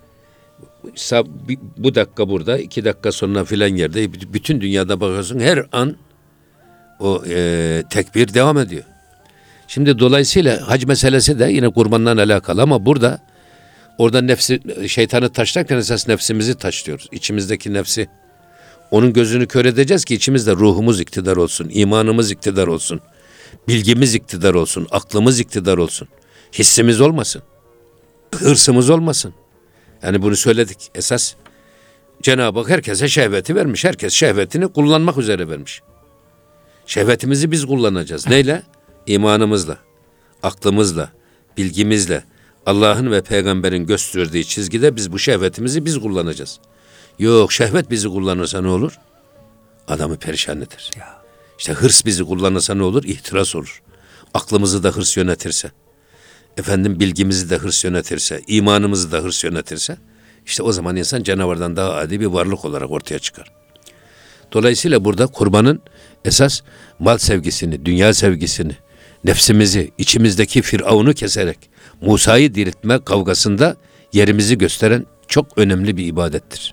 Sa- bi- Bu dakika burada, iki dakika sonra filan yerde, b- bütün dünyada bakıyorsun her an o e, tekbir devam ediyor. Şimdi dolayısıyla hac meselesi de yine kurbandan alakalı ama burada orada nefsi, şeytanı taşlarken esas nefsimizi taşlıyoruz. İçimizdeki nefsi, onun gözünü kör edeceğiz ki içimizde ruhumuz iktidar olsun, imanımız iktidar olsun, bilgimiz iktidar olsun, aklımız iktidar olsun, hissimiz olmasın, hırsımız olmasın. Yani bunu söyledik. Esas Cenab-ı Hak herkese şehveti vermiş. Herkes şehvetini kullanmak üzere vermiş. Şehvetimizi biz kullanacağız. Neyle? İmanımızla, aklımızla, bilgimizle, Allah'ın ve peygamberin gösterdiği çizgide biz bu şehvetimizi biz kullanacağız. Yok, şehvet bizi kullanırsa ne olur? Adamı perişan eder. Ya. İşte hırs bizi kullanırsa ne olur? İhtiras olur. Aklımızı da hırs yönetirse, efendim bilgimizi de hırs yönetirse, imanımızı da hırs yönetirse, işte o zaman insan canavardan daha adi bir varlık olarak ortaya çıkar. Dolayısıyla burada kurbanın esas mal sevgisini, dünya sevgisini, nefsimizi, içimizdeki Firavun'u keserek Musa'yı diriltme kavgasında yerimizi gösteren çok önemli bir ibadettir.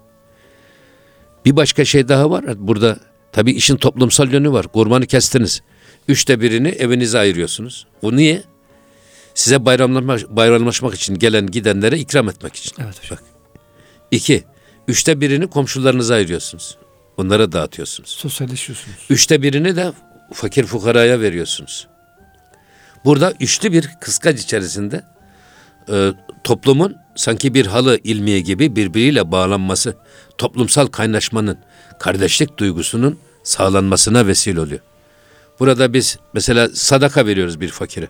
Bir başka şey daha var. Burada tabii işin toplumsal yönü var. Kurbanı kestiniz. Üçte birini evinize ayırıyorsunuz. O niye? Size bayramlaşmak, bayramlaşmak için gelen gidenlere ikram etmek için. Evet hocam. Bak. İki, üçte birini komşularınıza ayırıyorsunuz. Onlara dağıtıyorsunuz. Sosyalleşiyorsunuz. Üçte birini de fakir fukaraya veriyorsunuz. Burada üçlü bir kıskaç içerisinde e, toplumun sanki bir halı ilmiye gibi birbiriyle bağlanması, toplumsal kaynaşmanın, kardeşlik duygusunun sağlanmasına vesile oluyor. Burada biz mesela sadaka veriyoruz bir fakire.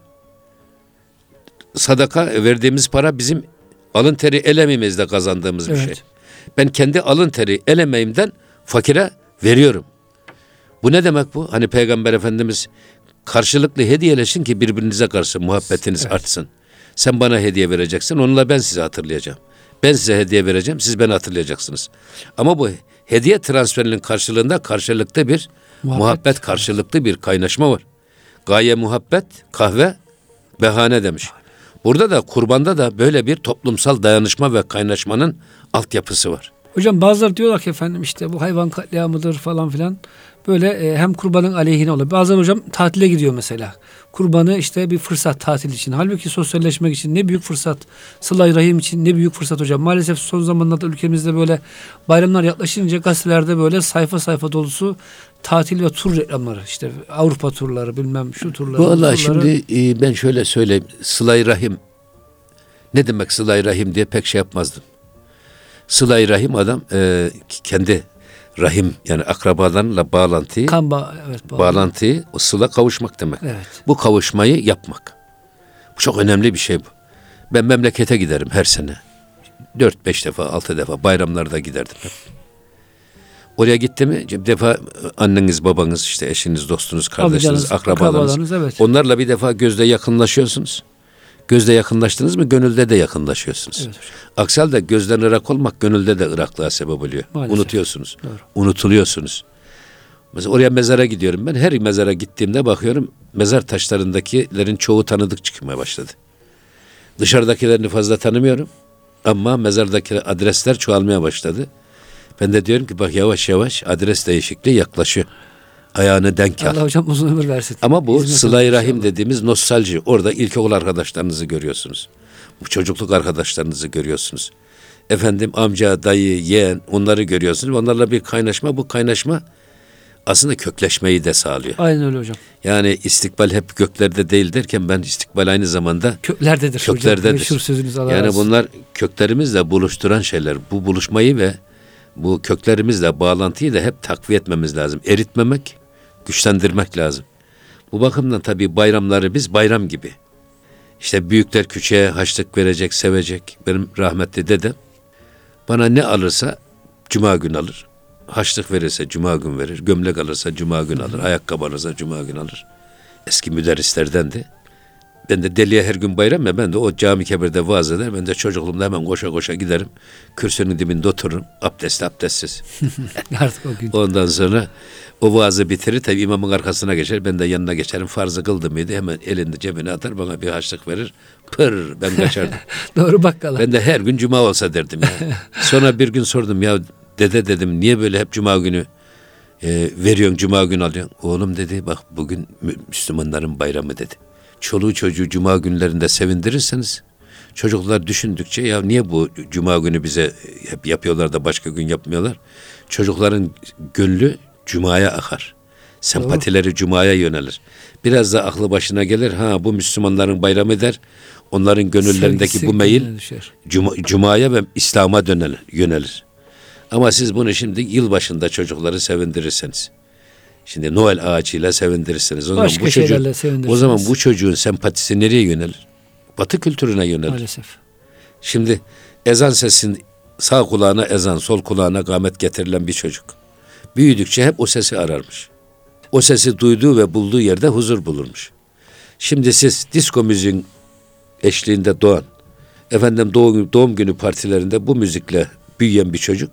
Sadaka verdiğimiz para bizim alın teri el emeğimizle kazandığımız bir Evet. şey. Ben kendi alın teri el emeğimden fakire veriyorum. Bu ne demek bu? Hani Peygamber Efendimiz karşılıklı hediyeleşin ki birbirinize karşı muhabbetiniz Evet. artsın. Sen bana hediye vereceksin, onunla ben size hatırlayacağım. Ben size hediye vereceğim, siz beni hatırlayacaksınız. Ama bu hediye transferinin karşılığında karşılıklı bir muhabbet, Muhabbet. karşılıklı bir kaynaşma var. Gaye muhabbet, kahve behane demiş. Burada da kurbanda da böyle bir toplumsal dayanışma ve kaynaşmanın altyapısı var. Hocam bazıları diyorlar ki efendim işte bu hayvan katliamıdır falan filan. Böyle e, hem kurbanın aleyhine oluyor. Bazen hocam tatile gidiyor mesela. Kurbanı işte bir fırsat tatil için. Halbuki sosyalleşmek için ne büyük fırsat. Sıla-i Rahim için ne büyük fırsat hocam. Maalesef son zamanlarda ülkemizde böyle bayramlar yaklaşınca gazetelerde böyle sayfa sayfa dolusu tatil ve tur reklamları. İşte Avrupa turları bilmem şu turları. bu Vallahi turları. şimdi e, ben şöyle söyleyeyim. Sıla-i Rahim ne demek Sıla-i Rahim diye pek şey yapmazdım. Sıla-i Rahim adam e, kendi rahim yani akrabalarla bağlantıyı Kan ba- evet, bağlı. bağlantıyı o sıla kavuşmak demek. Evet. Bu kavuşmayı yapmak. Bu çok önemli bir şey bu. Ben memlekete giderim her sene. Dört beş defa, altı defa bayramlarda giderdim hep. Oraya gitti mi bir defa anneniz, babanız, işte eşiniz, dostunuz, kardeşiniz, Amcanız, akrabalarınız. akrabalarınız, evet. Onlarla bir defa gözde yakınlaşıyorsunuz. Gözde yakınlaştınız mı gönülde de yakınlaşıyorsunuz. Evet hocam. Aksi halde gözden ırak olmak gönülde de ıraklığa sebep oluyor. Maalesef. Unutuyorsunuz. Doğru. Unutuluyorsunuz. Mesela oraya mezara gidiyorum ben. Her mezara gittiğimde bakıyorum mezar taşlarındakilerin çoğu tanıdık çıkmaya başladı. Dışarıdakilerini fazla tanımıyorum. Ama mezardaki adresler çoğalmaya başladı. Ben de diyorum ki bak yavaş yavaş adres değişikliği yaklaşıyor. Ayağını denk al. Allah hocam uzun ömür versin. Ama bu Hizmet Sıla-i olsun Rahim inşallah. dediğimiz nostalji. Orada ilkokul arkadaşlarınızı görüyorsunuz. Bu çocukluk arkadaşlarınızı görüyorsunuz. Efendim amca, dayı, yeğen onları görüyorsunuz. Onlarla bir kaynaşma. Bu kaynaşma aslında kökleşmeyi de sağlıyor. Aynen öyle hocam. Yani istikbal hep göklerde değil derken ben istikbal aynı zamanda Köklerdedir hocam. köklerdedir. Meşhur sözünüz Allah Yani razı olsun. bunlar köklerimizle buluşturan şeyler. Bu buluşmayı ve bu köklerimizle bağlantıyı da hep takviye etmemiz lazım. Eritmemek, güçlendirmek lazım. Bu bakımdan tabii bayramları biz bayram gibi. İşte büyükler küçüğe harçlık verecek, sevecek. Benim rahmetli dedem bana ne alırsa cuma gün alır. Harçlık verirse cuma gün verir. Gömlek alırsa cuma gün alır. Ayakkabı alırsa cuma gün alır. Eski müderrislerdendi. Ben de deliye her gün bayram ya, ben de o cami kebirde vaaz eder. Ben de çocukluğumda hemen koşa koşa giderim. Kürsünün dibinde otururum. Abdestli abdestsiz. Artık o gün. Ondan sonra o vaazı bitirir. Tabii imamın arkasına geçer. Ben de yanına geçerim. Farzı kıldı mıydı hemen elini cebine atar. Bana bir harçlık verir. Pır ben kaçardım. Doğru bakkala. Ben de her gün cuma olsa derdim ya. Sonra bir gün sordum ya dede dedim niye böyle hep cuma günü e, veriyorsun, cuma günü alıyorsun. Oğlum dedi bak bugün Müslümanların bayramı dedi. Çoluğu çocuğu cuma günlerinde sevindirirseniz çocuklar düşündükçe ya niye bu cuma günü bize hep yapıyorlar da başka gün yapmıyorlar. Çocukların gönlü cumaya akar. Sempatileri Doğru. cumaya yönelir. Biraz da aklı başına gelir. Ha bu Müslümanların bayramı der. Onların gönüllerindeki Sevgisi bu meyil cuma, cumaya ve İslam'a dönelir, yönelir. Ama siz bunu şimdi yılbaşında çocukları sevindirirseniz, şimdi Noel ağacıyla sevindirirseniz, o zaman Başka bu şeylerle çocuğun, o zaman bu çocuğun sempatisi nereye yönelir? Batı kültürüne yönelir. Maalesef. Şimdi ezan sesin sağ kulağına ezan, sol kulağına kâmet getirilen bir çocuk. Büyüdükçe hep o sesi ararmış. O sesi duyduğu ve bulduğu yerde huzur bulurmuş. Şimdi siz disko müziğin eşliğinde doğan, efendim doğum, doğum günü partilerinde bu müzikle büyüyen bir çocuk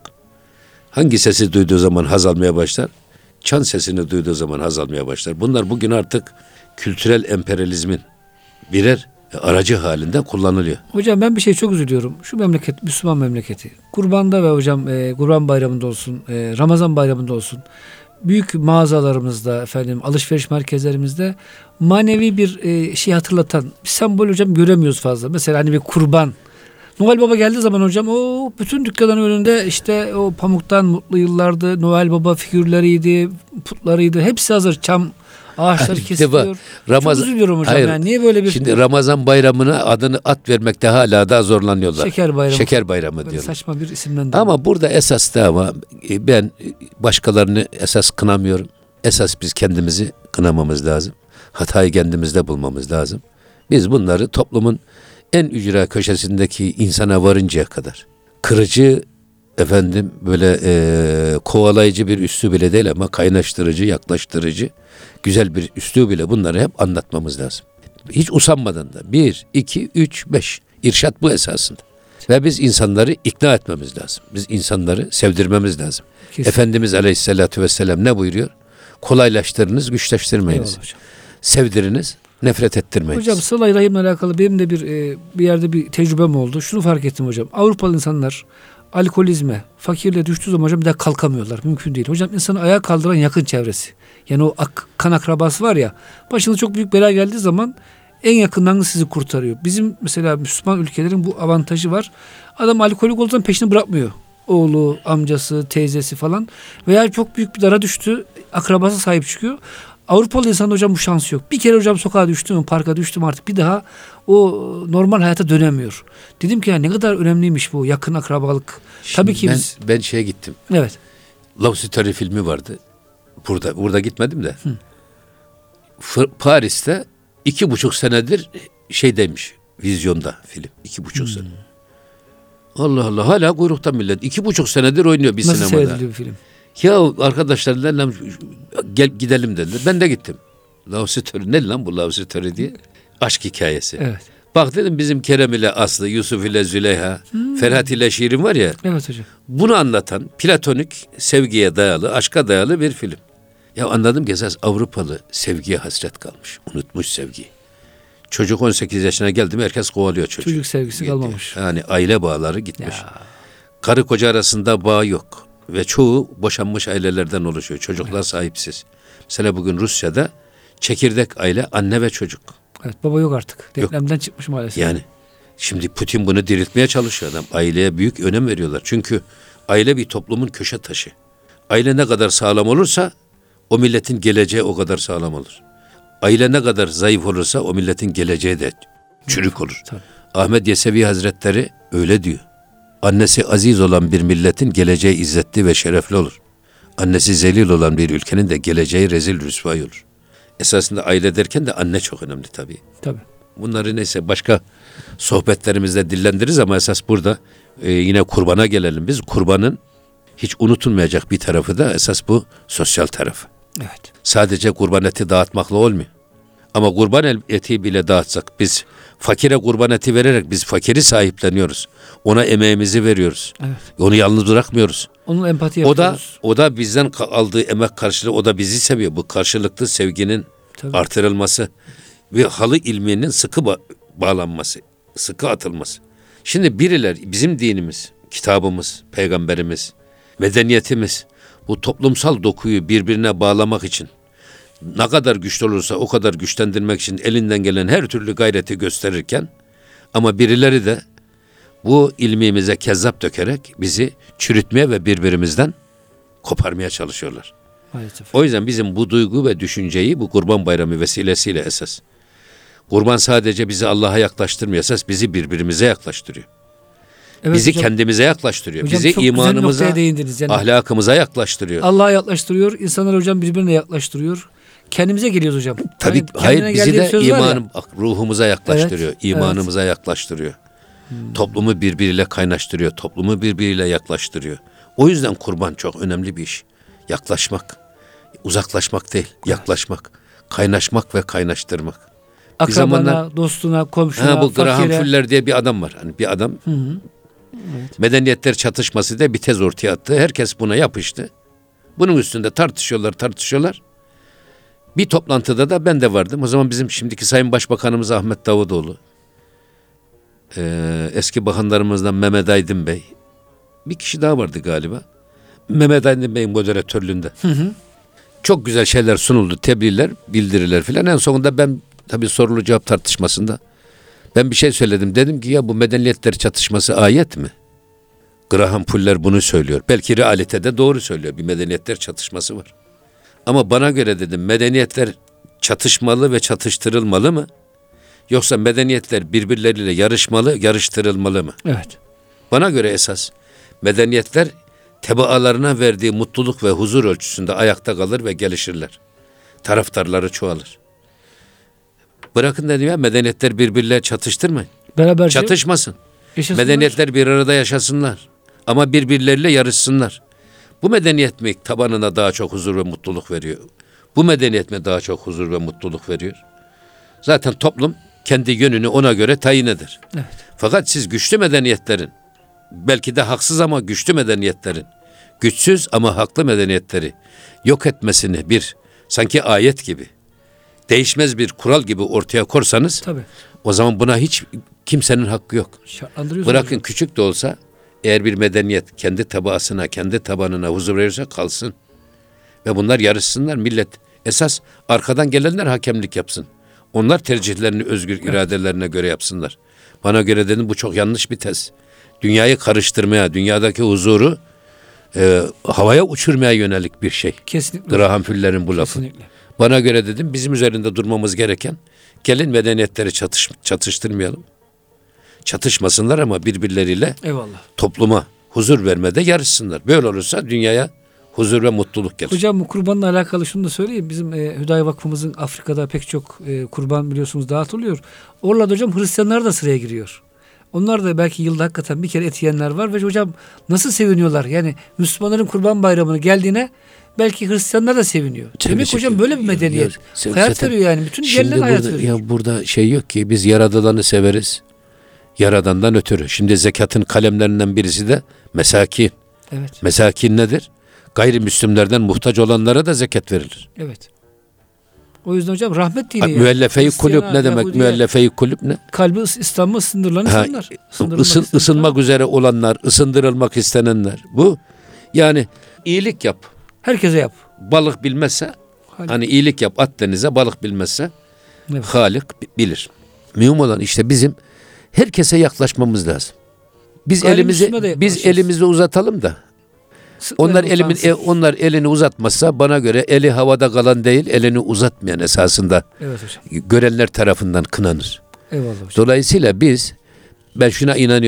hangi sesi duyduğu zaman haz almaya başlar? Çan sesini duyduğu zaman haz almaya başlar. Bunlar bugün artık kültürel emperyalizmin birer aracı halinde kullanılıyor. Hocam ben bir şey çok üzülüyorum. Şu memleket Müslüman memleketi. Kurbanda ve hocam e, Kurban Bayramı'nda olsun, e, Ramazan Bayramı'nda olsun. Büyük mağazalarımızda, efendim alışveriş merkezlerimizde manevi bir e, şey hatırlatan bir sembol hocam göremiyoruz fazla. Mesela hani bir kurban. Noel Baba geldiği zaman hocam o bütün dükkanların önünde işte o pamuktan mutlu yıllardı. Noel Baba figürleriydi, putlarıydı. Hepsi hazır. Çam ağaçları kesiliyor. Ramazan, çok üzülüyorum hocam. Hayır, yani. Niye böyle bir... Şimdi Ramazan bayramına adını at vermekte hala daha zorlanıyorlar. Şeker bayramı. Şeker bayramı diyorlar. Saçma bir isimden. Ama burada esas da ama ben başkalarını esas kınamıyorum. Esas biz kendimizi kınamamız lazım. Hatayı kendimizde bulmamız lazım. Biz bunları toplumun en ücra köşesindeki insana varıncaya kadar kırıcı, efendim böyle e, kovalayıcı bir üslub bile değil ama kaynaştırıcı, yaklaştırıcı, güzel bir üslub bile bunları hep anlatmamız lazım. Hiç usanmadan da bir, iki, üç, beş irşat bu esasında. Ve biz insanları ikna etmemiz lazım. Biz insanları sevdirmemiz lazım. Kesinlikle. Efendimiz Aleyhisselatü Vesselam ne buyuruyor? Kolaylaştırınız, güçleştirmeyiniz. Sevdiriniz, nefret ettirmeyiniz. Hocam sıla-i rahimle alakalı benim de bir e, bir yerde bir tecrübem oldu. Şunu fark ettim hocam. Avrupalı insanlar alkolizme, fakirliğe düştüğü zaman hocam bir daha kalkamıyorlar. Mümkün değil. Hocam insanı ayağa kaldıran yakın çevresi. Yani o ak, kan akrabası var ya, başına çok büyük bela geldiği zaman en yakından sizi kurtarıyor. Bizim mesela Müslüman ülkelerin bu avantajı var. Adam alkolik olduğu zaman peşini bırakmıyor. Oğlu, amcası, teyzesi falan. Veya çok büyük bir dara düştü, akrabası sahip çıkıyor. Avrupalı insan hocam bu şansı yok. Bir kere hocam sokağa düştüm, parka düştüm artık bir daha o normal hayata dönemiyor. Dedim ki ya ne kadar önemliymiş bu yakın akrabalık. Şimdi Tabii ki ben, biz... ben şeye gittim. Evet. Love Story filmi vardı. Burada burada gitmedim de. F- Paris'te iki buçuk senedir şeydeymiş. Vizyonda film. İki buçuk hmm. sene. Allah Allah hala kuyrukta millet. İki buçuk senedir oynuyor bir Nasıl sinemada. Nasıl seyrediliyor bir film? Ya arkadaşlarla gel gidelim dediler. Ben de gittim. Love Story ne lan bu Love Story diye. Aşk hikayesi. Evet. Bak dedim bizim Kerem ile Aslı, Yusuf ile Züleyha, hmm. Ferhat ile Şirin var ya. Evet hocam. Bunu anlatan platonik sevgiye dayalı, aşka dayalı bir film. Ya anladım ki esas Avrupalı sevgiye hasret kalmış. Unutmuş sevgiyi. Çocuk on sekiz yaşına geldi mi herkes kovalıyor çocuğu. Çocuk sevgisi kalmamış. Yani aile bağları gitmiş. Ya. Karı koca arasında bağ yok. Ve çoğu boşanmış ailelerden oluşuyor. Çocuklar evet. sahipsiz. Mesela bugün Rusya'da çekirdek aile anne ve çocuk. Evet baba yok artık. Denklemden çıkmış maalesef. Yani şimdi Putin bunu diriltmeye çalışıyor adam. Aileye büyük önem veriyorlar. Çünkü aile bir toplumun köşe taşı. Aile ne kadar sağlam olursa o milletin geleceği o kadar sağlam olur. Aile ne kadar zayıf olursa o milletin geleceği de çürük olur. Tabii. Ahmet Yesevi Hazretleri öyle diyor. Annesi aziz olan bir milletin geleceği izzetli ve şerefli olur. Annesi zelil olan bir ülkenin de geleceği rezil rüsvay olur. Esasında aile derken de anne çok önemli tabii. Tabii. Bunları neyse başka sohbetlerimizde dillendiririz ama esas burada e, yine kurbana gelelim biz. Kurbanın hiç unutulmayacak bir tarafı da esas bu sosyal tarafı. Evet. Sadece kurban eti dağıtmakla olmuyor. Ama kurban eti bile dağıtsak biz fakire kurban eti vererek biz fakiri sahipleniyoruz. Ona emeğimizi veriyoruz. Evet. Onu yalnız bırakmıyoruz. Onun empati O da yapıyoruz. o da bizden ka- aldığı emek karşılığı o da bizi seviyor. Bu karşılıklı sevginin Tabii. artırılması ve halı ilminin sıkı ba- bağlanması, sıkı atılması. Şimdi biriler bizim dinimiz, kitabımız, peygamberimiz, medeniyetimiz bu toplumsal dokuyu birbirine bağlamak için ne kadar güçlü olursa o kadar güçlendirmek için elinden gelen her türlü gayreti gösterirken ama birileri de bu ilmimize kezzap dökerek bizi çürütmeye ve birbirimizden koparmaya çalışıyorlar. Maalesef. O yüzden bizim bu duygu ve düşünceyi bu Kurban Bayramı vesilesiyle esas. Kurban sadece bizi Allah'a yaklaştırmıyor, esas bizi birbirimize yaklaştırıyor. Evet bizi hocam, kendimize yaklaştırıyor. hocam bizi çok güzel bir imanımıza, noktaya değindiniz. Yani ahlakımıza yaklaştırıyor. Allah'a yaklaştırıyor, insanlar hocam birbirine yaklaştırıyor. Kendimize geliyoruz hocam. Tabii Yani hayır kendine bizi geldiği bir de söz var ya. imanım ruhumuza yaklaştırıyor. Evet, imanımıza yaklaştırıyor. Hmm. Toplumu birbiriyle kaynaştırıyor. Toplumu birbiriyle yaklaştırıyor. O yüzden kurban çok önemli bir iş. Yaklaşmak. Uzaklaşmak değil, yaklaşmak. Kaynaşmak ve kaynaştırmak. Bir Akrabana, zamanlar- dostuna, komşuna, Ha, bu Graham fakire. Fuller diye bir adam var. Hani bir adam Hı hı. medeniyetler çatışması diye bir tez ortaya attı. Herkes buna yapıştı. Bunun üstünde tartışıyorlar, tartışıyorlar. Bir toplantıda da ben de vardım. O zaman bizim şimdiki Sayın Başbakanımız Ahmet Davutoğlu, ee, eski bakanlarımızdan Mehmet Aydın Bey, bir kişi daha vardı galiba. Mehmet Aydın Bey'in moderatörlüğünde. Hı hı. Çok güzel şeyler sunuldu, tebliğler, bildiriler filan. En sonunda ben tabii sorulu cevap tartışmasında ben bir şey söyledim. Dedim ki ya bu medeniyetler çatışması ayet mi? Graham Fuller bunu söylüyor. Belki realitede doğru söylüyor. Bir medeniyetler çatışması var. Ama bana göre dedim medeniyetler çatışmalı ve çatıştırılmalı mı? Yoksa medeniyetler birbirleriyle yarışmalı, yarıştırılmalı mı? Evet. Bana göre esas medeniyetler tebaalarına verdiği mutluluk ve huzur ölçüsünde ayakta kalır ve gelişirler. Taraftarları çoğalır. Bırakın dedim ya medeniyetler birbirleriyle çatıştırmayın. Beraberce Çatışmasın. yaşasınlar. Medeniyetler bir arada yaşasınlar. Ama birbirleriyle yarışsınlar. Bu medeniyet mi tabanına daha çok huzur ve mutluluk veriyor? Bu medeniyet mi daha çok huzur ve mutluluk veriyor? Zaten toplum kendi yönünü ona göre tayin eder. Evet. Fakat siz güçlü medeniyetlerin, belki de haksız ama güçlü medeniyetlerin, güçsüz ama haklı medeniyetleri yok etmesini bir sanki ayet gibi, değişmez bir kural gibi ortaya korsanız, Tabii. o zaman buna hiç kimsenin hakkı yok. Şartlandırıyoruz. Bırakın hocam. küçük de olsa eğer bir medeniyet kendi tabaasına, kendi tabanına huzur verirse kalsın. Ve bunlar yarışsınlar. Millet esas arkadan gelenler hakemlik yapsın. Onlar tercihlerini özgür iradelerine göre yapsınlar. Bana göre dedim bu çok yanlış bir tez. Dünyayı karıştırmaya, dünyadaki huzuru e, havaya uçurmaya yönelik bir şey. Kesinlikle. Graham Fuller'in bu lafı. Kesinlikle. Bana göre dedim bizim üzerinde durmamız gereken gelin medeniyetleri çatış, çatıştırmayalım. Çatışmasınlar ama birbirleriyle Eyvallah. topluma huzur vermede yarışsınlar. Böyle olursa dünyaya huzur ve mutluluk gelir. Hocam bu kurbanla alakalı şunu da söyleyeyim. Bizim e, Hüdayi Vakfımızın Afrika'da pek çok e, kurban biliyorsunuz dağıtılıyor. Oralarda hocam Hristiyanlar da sıraya giriyor. Onlar da belki yılda hakikaten bir kere et yiyenler var ve hocam nasıl seviniyorlar? Yani Müslümanların kurban bayramını geldiğine belki Hristiyanlar da seviniyor. Tabii Demek ki. hocam böyle bir medeniyet. Ya, hayat zaten veriyor yani. Bütün Şimdi diğerlerine hayat burada, veriyor. ya burada şey yok ki biz yaradılanı severiz. Yaradandan ötürü. Şimdi zekatın kalemlerinden birisi de mesakin. Evet. Mesakin nedir? Gayrimüslimlerden muhtaç olanlara da zekat verilir. Evet. O yüzden hocam rahmet dini. Ha, yani. müellefe-i kulüp Hristiyan'a, ne demek? Yahudi'ye, Müellefe-i kulüp ne? kalbi ıs- İslam'ı ısındırılan Ha, insanlar. Isındırılmak ısın, isteyenler. ısınmak üzere olanlar, ısındırılmak istenenler. Bu yani iyilik yap. Herkese yap. Balık bilmezse Halik. hani iyilik yap at denize, balık bilmezse Evet. Halik bi- bilir. Mühim olan işte bizim herkese yaklaşmamız lazım. Biz Gayrimüslime elimizi de biz yaklaşacağız. elimizi uzatalım da onlar Sıkmayalım, elimin utansın. e, onlar elini uzatmazsa bana göre eli havada kalan değil, elini uzatmayan esasında Evet hocam. görenler tarafından kınanır. Eyvallah hocam. Dolayısıyla biz ben şuna inanıyorum.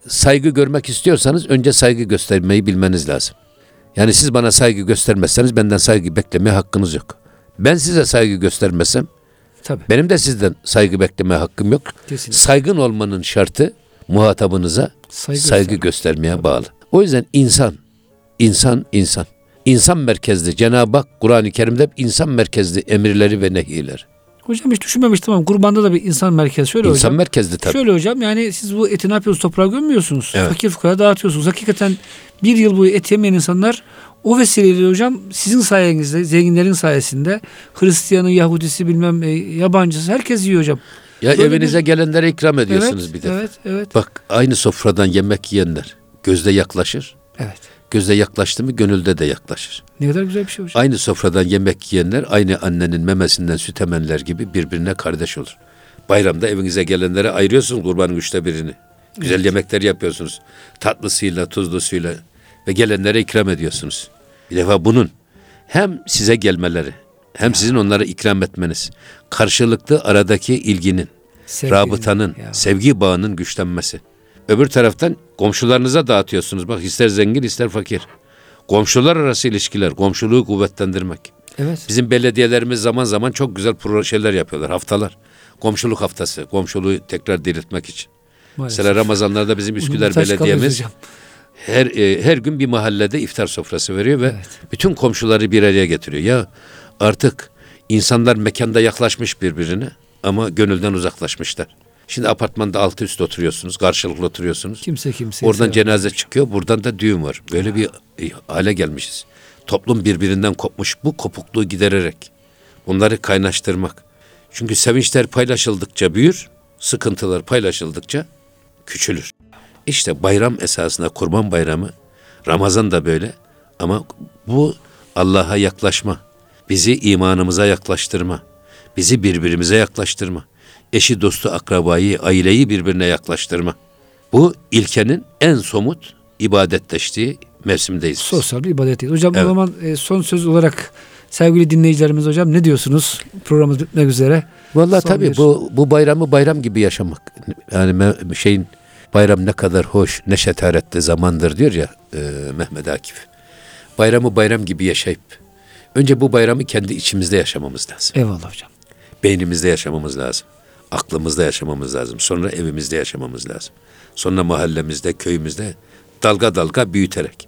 saygı görmek istiyorsanız önce saygı göstermeyi bilmeniz lazım. Yani siz bana saygı göstermezseniz benden saygı beklemeye hakkınız yok. Ben size saygı göstermesem Tabii. benim de sizden saygı beklemeye hakkım yok. Kesinlikle. Saygın olmanın şartı muhatabınıza Saygı saygı, göstermek. göstermeye Tabii. bağlı. O yüzden insan, insan, insan. İnsan merkezli. Cenab-ı Hak Kur'an-ı Kerim'de hep insan merkezli emirleri ve nehirler. Hocam hiç düşünmemiştim ama kurbanda da bir insan merkezi. Şöyle İnsan hocam. merkezli tabii. Şöyle hocam, yani siz bu eti ne yapıyorsunuz? Toprağa gömmüyorsunuz. Evet. Fakir fukara dağıtıyorsunuz. Hakikaten bir yıl boyu et yemeyen insanlar o vesileyle hocam sizin sayenizde, zenginlerin sayesinde Hristiyanı, Yahudisi, bilmem e, yabancısı herkes yiyor hocam. Ya Böyle evinize bir- gelenlere ikram ediyorsunuz Evet, bir defa. evet, evet. Bak aynı sofradan yemek yiyenler gözde yaklaşır. Evet. Gözde yaklaştı mı gönülde de yaklaşır. Ne kadar güzel bir şey hocam. Aynı sofradan yemek yiyenler aynı annenin memesinden süt emenler gibi birbirine kardeş olur. Bayramda evinize gelenlere ayırıyorsunuz kurbanın üçte birini. Güzel Evet. yemekler yapıyorsunuz. Tatlısıyla, tuzlusuyla ve gelenlere ikram ediyorsunuz. Bir defa bunun hem size gelmeleri hem sizin onlara ikram etmeniz, karşılıklı aradaki ilginin, Sevgili- rabıtanın, Ya. sevgi bağının güçlenmesi. Öbür taraftan komşularınıza dağıtıyorsunuz. Bak ister zengin ister fakir. Komşular arası ilişkiler, komşuluğu kuvvetlendirmek. Evet. Bizim belediyelerimiz zaman zaman çok güzel projeler yapıyorlar, haftalar. Komşuluk haftası, komşuluğu tekrar diriltmek için. Maalesef. Mesela Ramazanlarda bizim Üsküdar Taş kalıyoruz Belediye'miz hocam. her e, her gün bir mahallede iftar sofrası veriyor ve Evet. bütün komşuları bir araya getiriyor. Ya artık insanlar mekanda yaklaşmış birbirine ama gönülden uzaklaşmışlar. Şimdi apartmanda altı üst oturuyorsunuz, karşılıklı oturuyorsunuz. Kimse kimse. Oradan cenaze çıkıyor, buradan da düğün var. Böyle bir e, hale gelmişiz. Toplum birbirinden kopmuş, bu kopukluğu gidererek bunları kaynaştırmak. Çünkü sevinçler paylaşıldıkça büyür, sıkıntılar paylaşıldıkça küçülür. İşte bayram esasında Kurban Bayramı, Ramazan da böyle ama bu Allah'a yaklaşma, bizi imanımıza yaklaştırma, bizi birbirimize yaklaştırma, eşi, dostu, akrabayı, aileyi birbirine yaklaştırma. Bu ilkenin en somut ibadetleştiği mevsimdeyiz. biz. Sosyal bir ibadet değil. Hocam Evet. o zaman e, son söz olarak sevgili dinleyicilerimiz hocam ne diyorsunuz? Programımız bitmek üzere. Vallahi Son tabii bir- bu bu bayramı bayram gibi yaşamak. Yani me- şeyin bayram ne kadar hoş, ne şetaretli zamandır diyor ya e, Mehmet Akif. Bayramı bayram gibi yaşayıp önce bu bayramı kendi içimizde yaşamamız lazım. Eyvallah hocam. Beynimizde yaşamamız lazım. Aklımızda yaşamamız lazım. Sonra evimizde yaşamamız lazım. Sonra mahallemizde, köyümüzde dalga dalga büyüterek.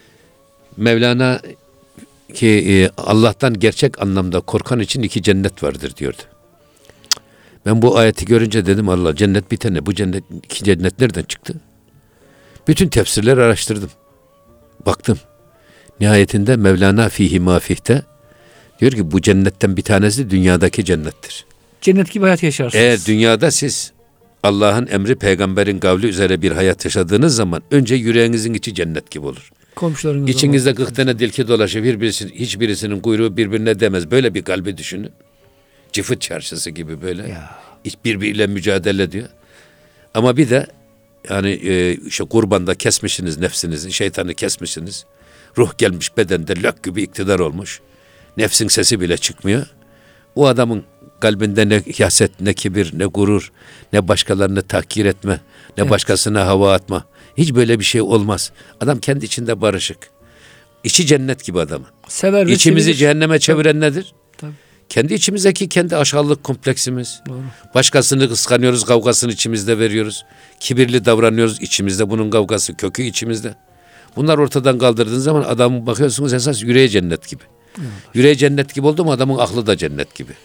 Mevlana ki e, Allah'tan gerçek anlamda korkan için iki cennet vardır diyordu. Ben bu ayeti görünce dedim Allah cennet bir tane. Bu cennet iki cennet nereden çıktı? Bütün tefsirleri araştırdım. Baktım. Nihayetinde Mevlana fihi mafihte diyor ki bu cennetten bir tanesi dünyadaki cennettir. Cennet gibi hayat yaşarsınız. Eğer dünyada siz Allah'ın emri peygamberin kavli üzere bir hayat yaşadığınız zaman önce yüreğinizin içi cennet gibi olur. Komşularınızla. İçinizde kırk tane dilki dolaşır, birbirisi, hiçbirisinin kuyruğu birbirine demez. Böyle bir kalbi düşünün. Cıfıt çarşısı gibi böyle. Ya. Hiç birbiriyle mücadele ediyor. Ama bir de yani e, işte kurbanda kesmişsiniz nefsinizi, şeytanı kesmişsiniz. Ruh gelmiş bedende lök gibi iktidar olmuş. Nefsin sesi bile çıkmıyor. O adamın kalbinde ne haset, ne kibir, ne gurur, ne başkalarını tahkir etme, ne Evet. başkasına hava atma. Hiç böyle bir şey olmaz. Adam kendi içinde barışık. İçi cennet gibi adamın. Sever ve İçimizi sevilir. cehenneme çeviren nedir? Tabii. Kendi içimizdeki kendi aşağılık kompleksimiz. Doğru. Başkasını kıskanıyoruz, kavgasını içimizde veriyoruz. Kibirli davranıyoruz, içimizde bunun kavgası, kökü içimizde. Bunlar ortadan kaldırdığınız zaman adamın bakıyorsunuz esas yüreği cennet gibi. Yüreği cennet gibi oldu mu adamın aklı da cennet gibi.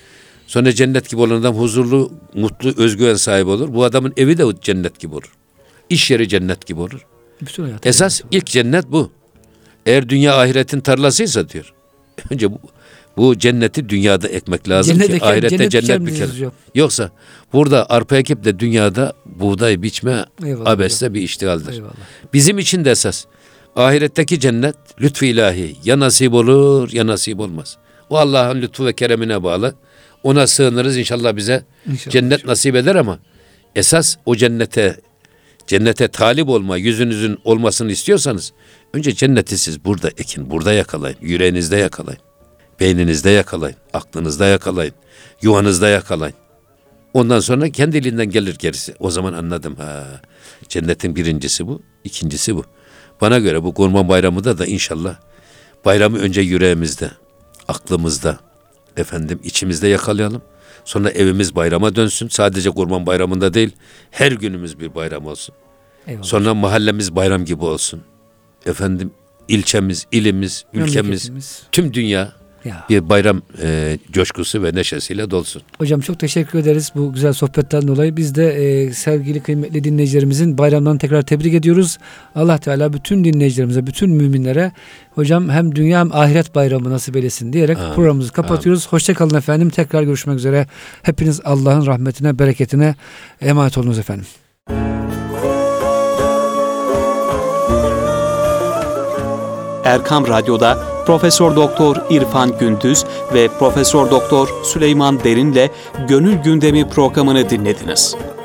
Sonra cennet gibi olan adam huzurlu, mutlu, özgüven sahibi olur. Bu adamın evi de cennet gibi olur. İş yeri cennet gibi olur. Bütün hayat. Esas ilk cennet bu. Eğer dünya ahiretin tarlasıysa diyor. Önce bu, bu cenneti dünyada ekmek lazım Cennet ki eker- ahirette cennet eker cennet mi büker. diyeceğiz hocam? Yoksa burada arpa ekip de dünyada buğday biçme Eyvallah abesle bir iştigaldir. Eyvallah. Bizim için de esas ahiretteki cennet lütfu ilahi ya nasip olur ya nasip olmaz. O Allah'ın lütfu ve keremine bağlı. Ona sığınırız inşallah bize İnşallah cennet hocam. nasip eder ama esas o cennete cennete talip olma, yüzünüzün olmasını istiyorsanız önce cenneti siz burada ekin, burada yakalayın, yüreğinizde yakalayın, beyninizde yakalayın, aklınızda yakalayın, yuvanızda yakalayın. Ondan sonra kendiliğinden gelir gerisi. O zaman anladım. Ha, cennetin birincisi bu, ikincisi bu. Bana göre bu Kurban Bayramı'da da inşallah bayramı önce yüreğimizde, aklımızda, efendim içimizde yakalayalım. Sonra evimiz bayrama dönsün. Sadece Kurban Bayramı'nda değil, her günümüz bir bayram olsun. Eyvallah. Sonra mahallemiz bayram gibi olsun. Efendim ilçemiz, ilimiz, ülkemiz, tüm dünya ya. bir bayram e, coşkusu ve neşesiyle dolsun. Hocam çok teşekkür ederiz bu güzel sohbetten dolayı. Biz de e, sevgili kıymetli dinleyicilerimizin bayramlarını tekrar tebrik ediyoruz. Allah Teala bütün dinleyicilerimize, bütün müminlere hocam hem dünya hem ahiret bayramı nasip eylesin diyerek Amin. programımızı kapatıyoruz. Hoşça kalın efendim. Tekrar görüşmek üzere. Hepiniz Allah'ın rahmetine, bereketine emanet olunuz efendim. Erkam Radyo'da Profesör Doktor İrfan Gündüz ve Profesör Doktor Süleyman Derin'le Gönül Gündemi programını dinlediniz.